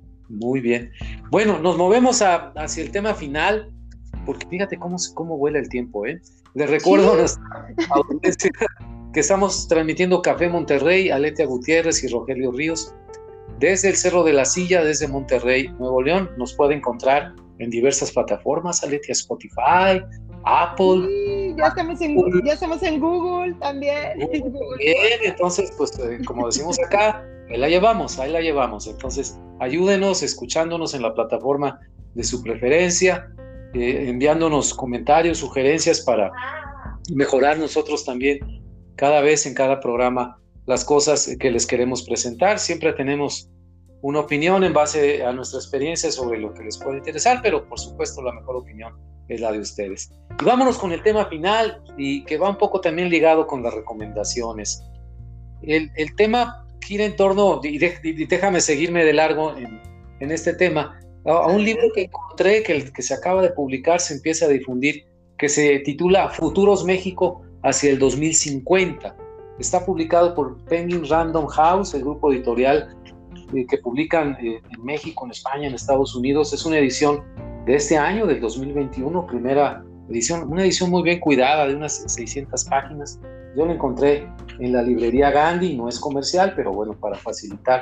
Muy bien. Bueno, nos movemos a, hacia el tema final, porque fíjate cómo, cómo vuela el tiempo, ¿eh? Les recuerdo ¿Sí? a nuestra audiencia que estamos transmitiendo Café Monterrey, Aletia Gutiérrez y Rogelio Ríos, desde el Cerro de la Silla, desde Monterrey, Nuevo León. Nos puede encontrar en diversas plataformas, Aletia, Spotify, Apple. Sí, ya estamos en, ya estamos en Google también. Muy bien, entonces, pues eh, como decimos acá, ahí la llevamos, ahí la llevamos. Entonces, ayúdenos escuchándonos en la plataforma de su preferencia, eh, enviándonos comentarios, sugerencias para mejorar nosotros también cada vez en cada programa las cosas que les queremos presentar. Siempre tenemos una opinión en base a nuestra experiencia sobre lo que les puede interesar, pero por supuesto la mejor opinión es la de ustedes. Y vámonos con el tema final, y que va un poco también ligado con las recomendaciones. El, el tema gira en torno, y, de, y déjame seguirme de largo en, en este tema, a, a un libro que encontré, que, el, que se acaba de publicar, se empieza a difundir, que se titula Futuros México hacia el dos mil cincuenta. Está publicado por Penguin Random House, el grupo editorial eh, que publican eh, en México, en España, en Estados Unidos. Es una edición de este año, del dos mil veintiuno, primera edición, una edición muy bien cuidada, de unas seiscientas páginas. Yo lo encontré en la librería Gandhi, no es comercial, pero bueno, para facilitar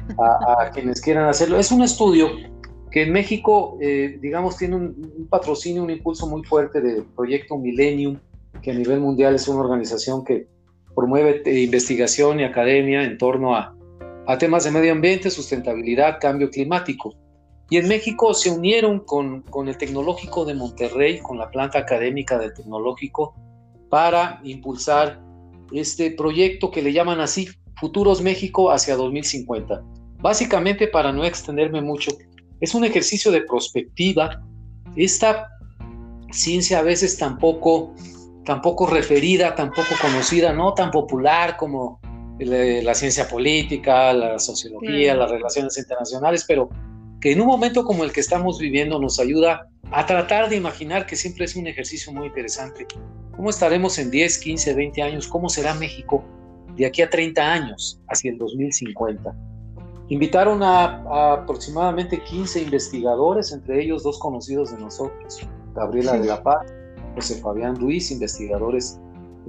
a, a quienes quieran hacerlo. Es un estudio que en México, eh, digamos, tiene un, un patrocinio, un impulso muy fuerte del proyecto Millennium, que a nivel mundial es una organización que promueve investigación y academia en torno a, a temas de medio ambiente, sustentabilidad, cambio climático. Y en México se unieron con, con el Tecnológico de Monterrey, con la planta académica del Tecnológico, para impulsar este proyecto que le llaman así, Futuros México hacia dos mil cincuenta. Básicamente, para no extenderme mucho, es un ejercicio de prospectiva. Esta ciencia a veces tampoco, tampoco referida, tampoco conocida, no tan popular como la, la ciencia política, la sociología, mm. las relaciones internacionales, pero que en un momento como el que estamos viviendo nos ayuda a tratar de imaginar, que siempre es un ejercicio muy interesante. ¿Cómo estaremos en diez, quince, veinte años? ¿Cómo será México de aquí a treinta años, hacia el dos mil cincuenta? Invitaron a, a aproximadamente quince investigadores, entre ellos dos conocidos de nosotros, Gabriela sí. de la Paz, José Fabián Ruiz, investigadores,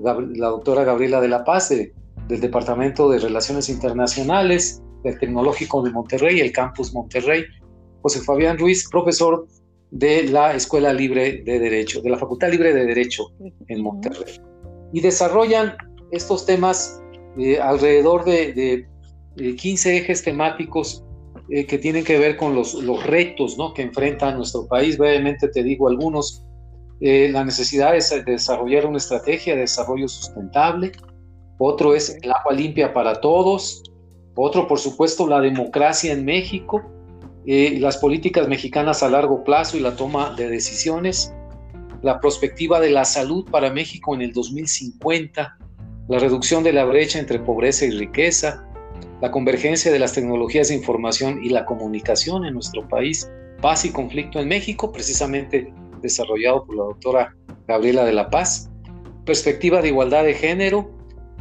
la doctora Gabriela de la Paz, de, del Departamento de Relaciones Internacionales, del Tecnológico de Monterrey, el Campus Monterrey, José Fabián Ruiz, profesor de la Escuela Libre de Derecho, de la Facultad Libre de Derecho en Monterrey. Y desarrollan estos temas eh, alrededor de, de, de quince ejes temáticos eh, que tienen que ver con los, los retos, ¿no?, que enfrenta nuestro país. Brevemente te digo algunos. Eh, la necesidad es de desarrollar una estrategia de desarrollo sustentable. Otro es el agua limpia para todos. Otro, por supuesto, la democracia en México, eh, las políticas mexicanas a largo plazo y la toma de decisiones, la perspectiva de la salud para México en el dos mil cincuenta, la reducción de la brecha entre pobreza y riqueza, la convergencia de las tecnologías de información y la comunicación en nuestro país, paz y conflicto en México, precisamente desarrollado por la doctora Gabriela de la Paz, perspectiva de igualdad de género,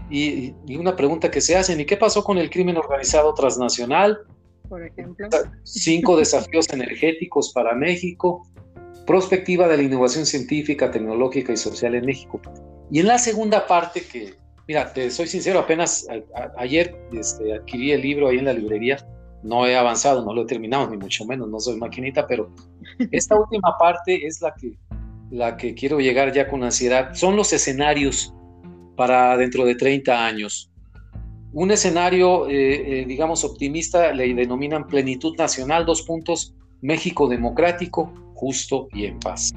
y, y una pregunta que se hacen: ¿y qué pasó con el crimen organizado transnacional? Por ejemplo. Cinco desafíos energéticos para México, prospectiva de la innovación científica, tecnológica y social en México. Y en la segunda parte, que, mira, te soy sincero, apenas a, a, ayer este, adquirí el libro ahí en la librería, no he avanzado, no lo he terminado, ni mucho menos, no soy maquinita, pero esta última parte es la que, la que quiero llegar ya con ansiedad. Son los escenarios para dentro de treinta años. Un escenario, eh, eh, digamos, optimista, le denominan plenitud nacional, dos puntos, México democrático, justo y en paz.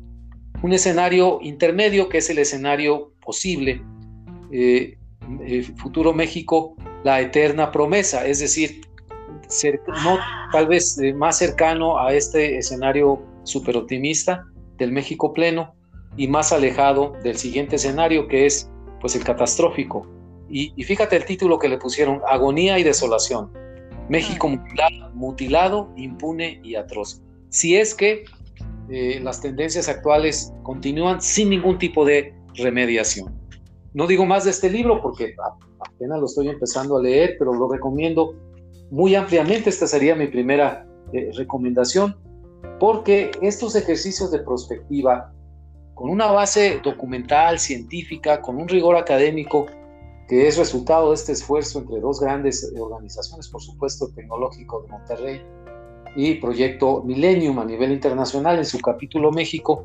Un escenario intermedio, que es el escenario posible, eh, eh, futuro México, la eterna promesa, es decir, cerca, no, tal vez eh, más cercano a este escenario súper optimista del México pleno y más alejado del siguiente escenario, que es pues el catastrófico. Y, y fíjate el título que le pusieron: agonía y desolación. México mutilado, mutilado, impune y atroz. Si es que eh, las tendencias actuales continúan sin ningún tipo de remediación. No digo más de este libro porque apenas lo estoy empezando a leer, pero lo recomiendo muy ampliamente. Esta sería mi primera eh, recomendación, porque estos ejercicios de prospectiva, con una base documental, científica, con un rigor académico, que es resultado de este esfuerzo entre dos grandes organizaciones, por supuesto, el Tecnológico de Monterrey y Proyecto Millennium a nivel internacional en su capítulo México.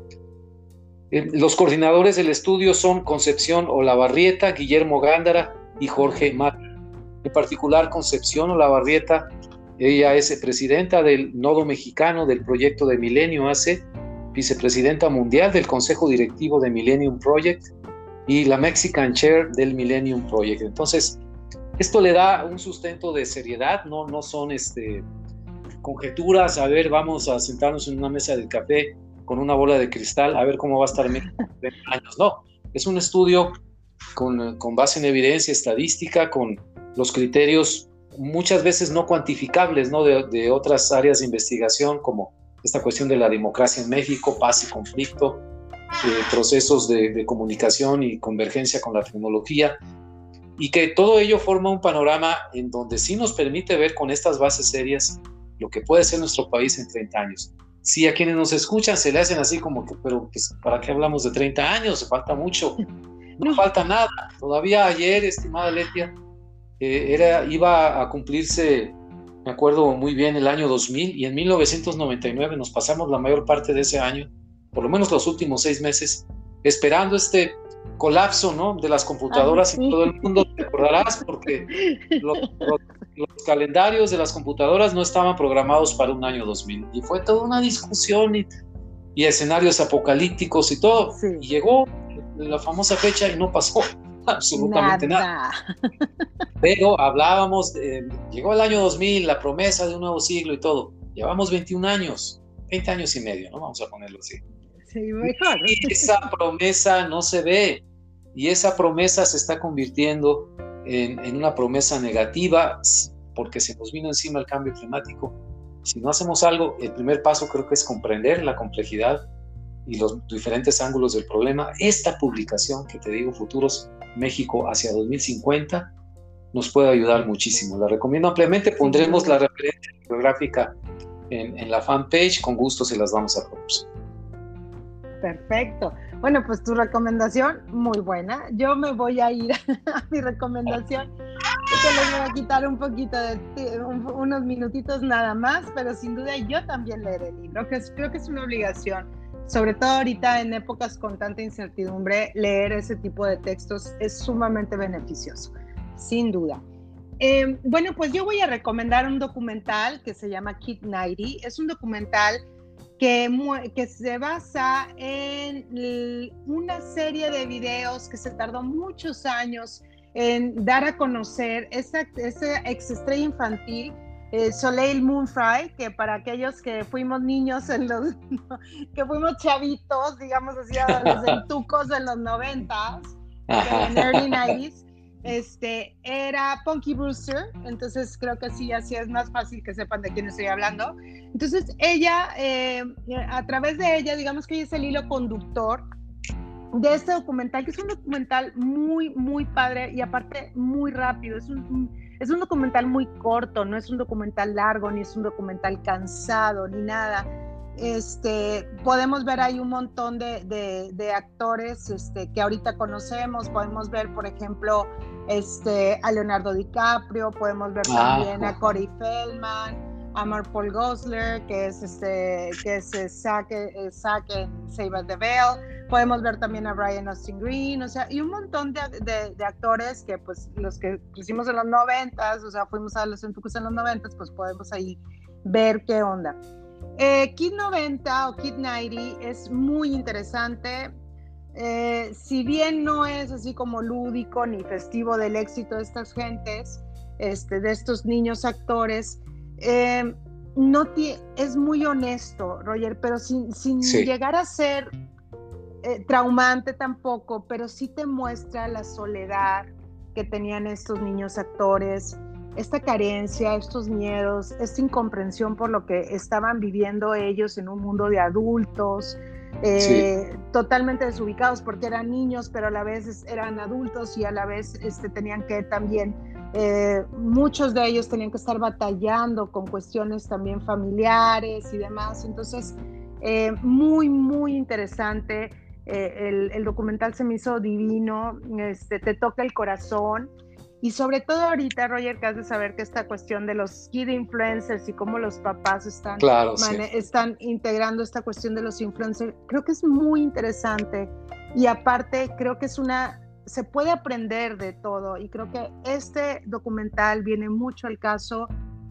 Eh, los coordinadores del estudio son Concepción Olavarrieta, Guillermo Gándara y Jorge Mata. En particular, Concepción Olavarrieta, ella es presidenta del Nodo Mexicano del Proyecto de Millennium A C, vicepresidenta mundial del Consejo Directivo de Millennium Project y la Mexican Chair del Millennium Project. Entonces, esto le da un sustento de seriedad, no, no son este, conjeturas, a ver, vamos a sentarnos en una mesa del café con una bola de cristal, a ver cómo va a estar México en veinte años. No, es un estudio con, con base en evidencia estadística, con los criterios muchas veces no cuantificables, ¿no?, de, de otras áreas de investigación, como esta cuestión de la democracia en México, paz y conflicto, eh, procesos de, de comunicación y convergencia con la tecnología, y que todo ello forma un panorama en donde sí nos permite ver con estas bases serias lo que puede ser nuestro país en treinta años. Si a quienes nos escuchan se le hacen así como que, pero pues, ¿para qué hablamos de treinta años? Falta mucho, no falta nada. Todavía ayer, estimada Letia, eh, era, iba a cumplirse, me acuerdo muy bien, el año dos mil, y en mil novecientos noventa y nueve nos pasamos la mayor parte de ese año, por lo menos los últimos seis meses, esperando este colapso, ¿no?, de las computadoras. Ay, sí. En todo el mundo, te acordarás, porque los, los los calendarios de las computadoras no estaban programados para un año dos mil. Y fue toda una discusión y, y escenarios apocalípticos y todo. Sí. Y llegó la famosa fecha y no pasó absolutamente nada. nada. Pero hablábamos, de, llegó el año dos mil, la promesa de un nuevo siglo y todo. Llevamos veintiún años, veinte años y medio, ¿no? Vamos a ponerlo así. Sí, mejor. Y esa promesa no se ve. Y esa promesa se está convirtiendo en, en una promesa negativa porque se nos vino encima el cambio climático. Si no hacemos algo, el primer paso creo que es comprender la complejidad y los diferentes ángulos del problema. Esta publicación que te digo, Futuros México hacia dos mil cincuenta, nos puede ayudar muchísimo. La recomiendo ampliamente. Pondremos la referencia bibliográfica en, en la fanpage. Con gusto se las vamos a proporcionar. Perfecto. Bueno, pues tu recomendación, muy buena. Yo me voy a ir a mi recomendación. Que les voy a quitar un poquito de un, unos minutitos nada más, pero sin duda yo también leeré el libro, que es, creo que es una obligación, sobre todo ahorita en épocas con tanta incertidumbre, leer ese tipo de textos es sumamente beneficioso, sin duda. Eh, bueno, pues yo voy a recomendar un documental que se llama Kid noventa. Es un documental que, que se basa en una serie de videos que se tardó muchos años en dar a conocer esa, esa ex estrella infantil, eh, Soleil Moon Frye, que para aquellos que fuimos niños, en los, que fuimos chavitos, digamos así, adolescentucos en los noventas, en early nineties, este, era Punky Brewster. Entonces creo que sí, así es más fácil que sepan de quién estoy hablando. Entonces ella, eh, a través de ella, digamos que ella es el hilo conductor de este documental, que es un documental muy, muy padre y aparte muy rápido. Es un, es un documental muy corto, no es un documental largo, ni es un documental cansado, ni nada. Este, podemos ver ahí un montón de, de, de actores este, que ahorita conocemos. Podemos ver, por ejemplo, este, a Leonardo DiCaprio, podemos ver ah, también a Corey Feldman, a Mark Paul Gosselaar, que es este, que es Zack, Zack en Saved by the Bell. Podemos ver también a Brian Austin Green, o sea, y un montón de, de, de actores que, pues, los que crecimos en los noventas, o sea, fuimos a los enfoques en los noventas, pues podemos ahí ver qué onda. Eh, Kid noventa o Kid noventa es muy interesante. Eh, si bien no es así como lúdico ni festivo del éxito de estas gentes, este, de estos niños actores, eh, no t- es muy honesto, Roger, pero sin, sin sí. llegar a ser eh, traumante tampoco, pero sí te muestra la soledad que tenían estos niños actores, esta carencia, estos miedos, esta incomprensión por lo que estaban viviendo ellos en un mundo de adultos, eh, sí. totalmente desubicados porque eran niños, pero a la vez eran adultos y a la vez este, tenían que también, eh, muchos de ellos tenían que estar batallando con cuestiones también familiares y demás. Entonces, eh, muy, muy interesante. Eh, el, el documental se me hizo divino, este, te toca el corazón. Y sobre todo ahorita, Roger, que has de saber que esta cuestión de los kid influencers y cómo los papás están, claro, mane- sí. están integrando esta cuestión de los influencers, creo que es muy interesante. Y aparte, creo que es una, se puede aprender de todo. Y creo que este documental viene mucho al caso.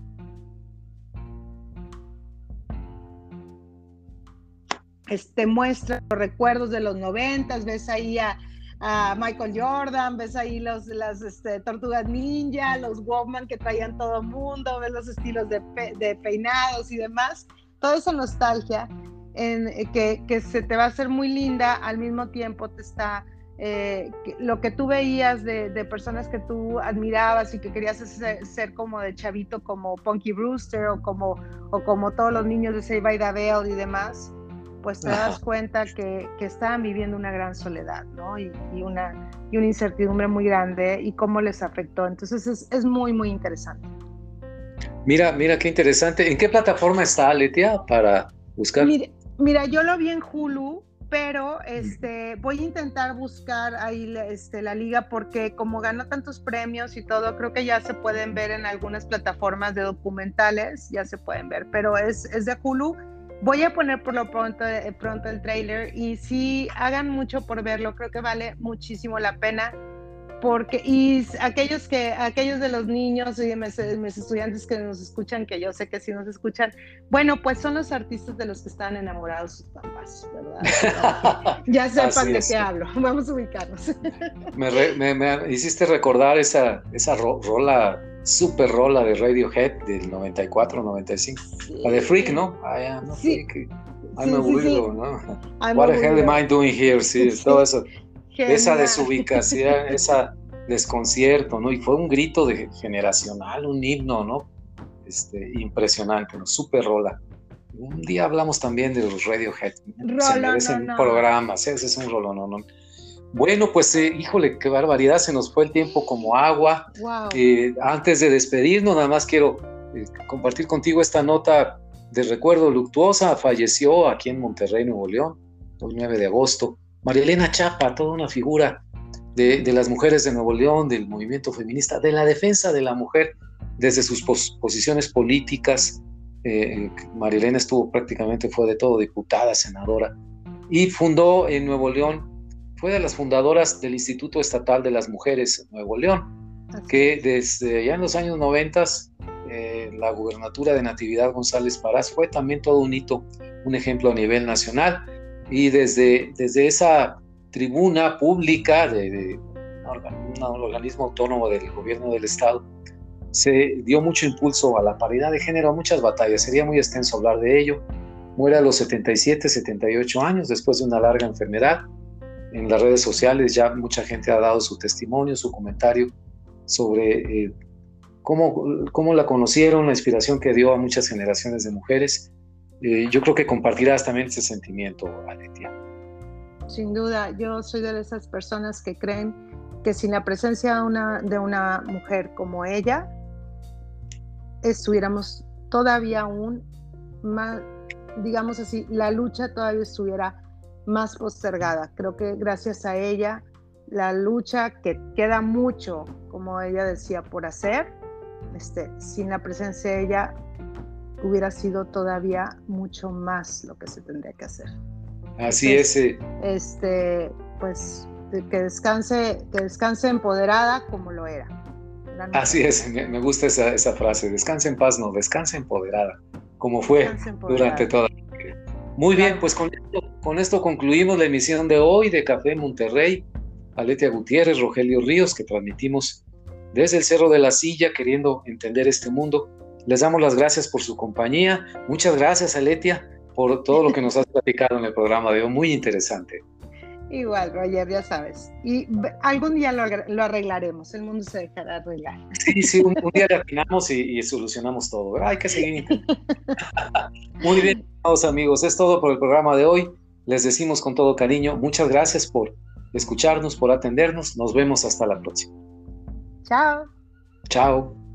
Este muestra los recuerdos de los noventas, ves ahí a a Michael Jordan, ves ahí los, las este, tortugas ninja, los Walkman que traían todo el mundo, ves los estilos de, pe de peinados y demás, toda esa nostalgia en, eh, que, que se te va a hacer muy linda, al mismo tiempo te está, eh, que, lo que tú veías de, de personas que tú admirabas y que querías ser, ser como de chavito, como Punky Brewster o como, o como todos los niños de Saved by the Bell y demás, pues te das cuenta que, que estaban viviendo una gran soledad, ¿no? Y, y, una, y una incertidumbre muy grande y cómo les afectó. Entonces es, es muy, muy interesante. Mira, mira qué interesante. ¿En qué plataforma está, Letia, para buscar? Mira, mira yo lo vi en Hulu, pero este, voy a intentar buscar ahí este, la liga porque como ganó tantos premios y todo, creo que ya se pueden ver en algunas plataformas de documentales, ya se pueden ver, pero es, es de Hulu. Voy a poner por lo pronto, eh, pronto el tráiler y sí, hagan mucho por verlo, creo que vale muchísimo la pena. porque, y aquellos que, aquellos de los niños y mis, mis estudiantes que nos escuchan, que yo sé que sí nos escuchan, bueno, pues son los artistas de los que están enamorados sus papás, ¿verdad? Ya sepan de qué hablo, vamos a ubicarnos. Me, re, me, me hiciste recordar esa, esa ro, rola, super rola de Radiohead del noventa y cuatro, noventa y cinco, sí. La de Freak, ¿no? I am a sí. freak, I'm sí, a sí, weirdo, sí. ¿no? I'm What the hell am I doing here? Sí, sí. Todo eso. Genial. Esa desubicación, esa desconcierto, ¿no? Y fue un grito de generacional, un himno, ¿no? Este, impresionante, ¿no? Súper rola. Un día hablamos también de los Radiohead. Rolo, se merecen no, no. programas, ese es un rollo, no, no. Bueno, pues, eh, híjole, qué barbaridad, se nos fue el tiempo como agua. Wow. Eh, antes de despedirnos, nada más quiero eh, compartir contigo esta nota de recuerdo luctuosa. Falleció aquí en Monterrey, Nuevo León, el nueve de agosto. María Elena Chapa, toda una figura de, de las mujeres de Nuevo León, del movimiento feminista, de la defensa de la mujer desde sus pos, posiciones políticas. Eh, María Elena estuvo prácticamente, fue de todo, diputada, senadora, y fundó en Nuevo León, fue de las fundadoras del Instituto Estatal de las Mujeres en Nuevo León, Así que es. Desde ya en los años noventa, eh, la gubernatura de Natividad González Parás fue también todo un hito, un ejemplo a nivel nacional. Y desde, desde esa tribuna pública de, de un organismo autónomo del gobierno del estado, se dio mucho impulso a la paridad de género, a muchas batallas. Sería muy extenso hablar de ello. Muere a los setenta y siete, setenta y ocho años después de una larga enfermedad. En las redes sociales ya mucha gente ha dado su testimonio, su comentario sobre eh, cómo, cómo la conocieron, la inspiración que dio a muchas generaciones de mujeres. Eh, yo creo que compartirás también ese sentimiento, Aletia. Sin duda, yo soy de esas personas que creen que sin la presencia de una, de una mujer como ella, estuviéramos todavía aún más, digamos así, la lucha todavía estuviera más postergada. Creo que gracias a ella, la lucha, que queda mucho, como ella decía, por hacer, este, sin la presencia de ella, hubiera sido todavía mucho más lo que se tendría que hacer. Así Entonces, es. Eh. Este, pues que descanse, que descanse empoderada como lo era. Así es, me, me gusta esa, esa frase, descanse en paz, no, descanse empoderada, como fue empoderada. Durante toda la vida. Muy claro. Bien, pues con esto, con esto concluimos la emisión de hoy de Café Monterrey. Aletia Gutiérrez, Rogelio Ríos, que transmitimos desde el Cerro de la Silla, queriendo entender este mundo. Les damos las gracias por su compañía. Muchas gracias, Aletia, por todo lo que nos has platicado en el programa de hoy. Muy interesante. Igual, Roger, ya sabes. Y algún día lo, lo arreglaremos. El mundo se dejará arreglar. Sí, sí, un, un día le afinamos y, y solucionamos todo, ¿verdad? Hay que seguir. Muy bien, amigos. Es todo por el programa de hoy. Les decimos con todo cariño, muchas gracias por escucharnos, por atendernos. Nos vemos hasta la próxima. Chao. Chao.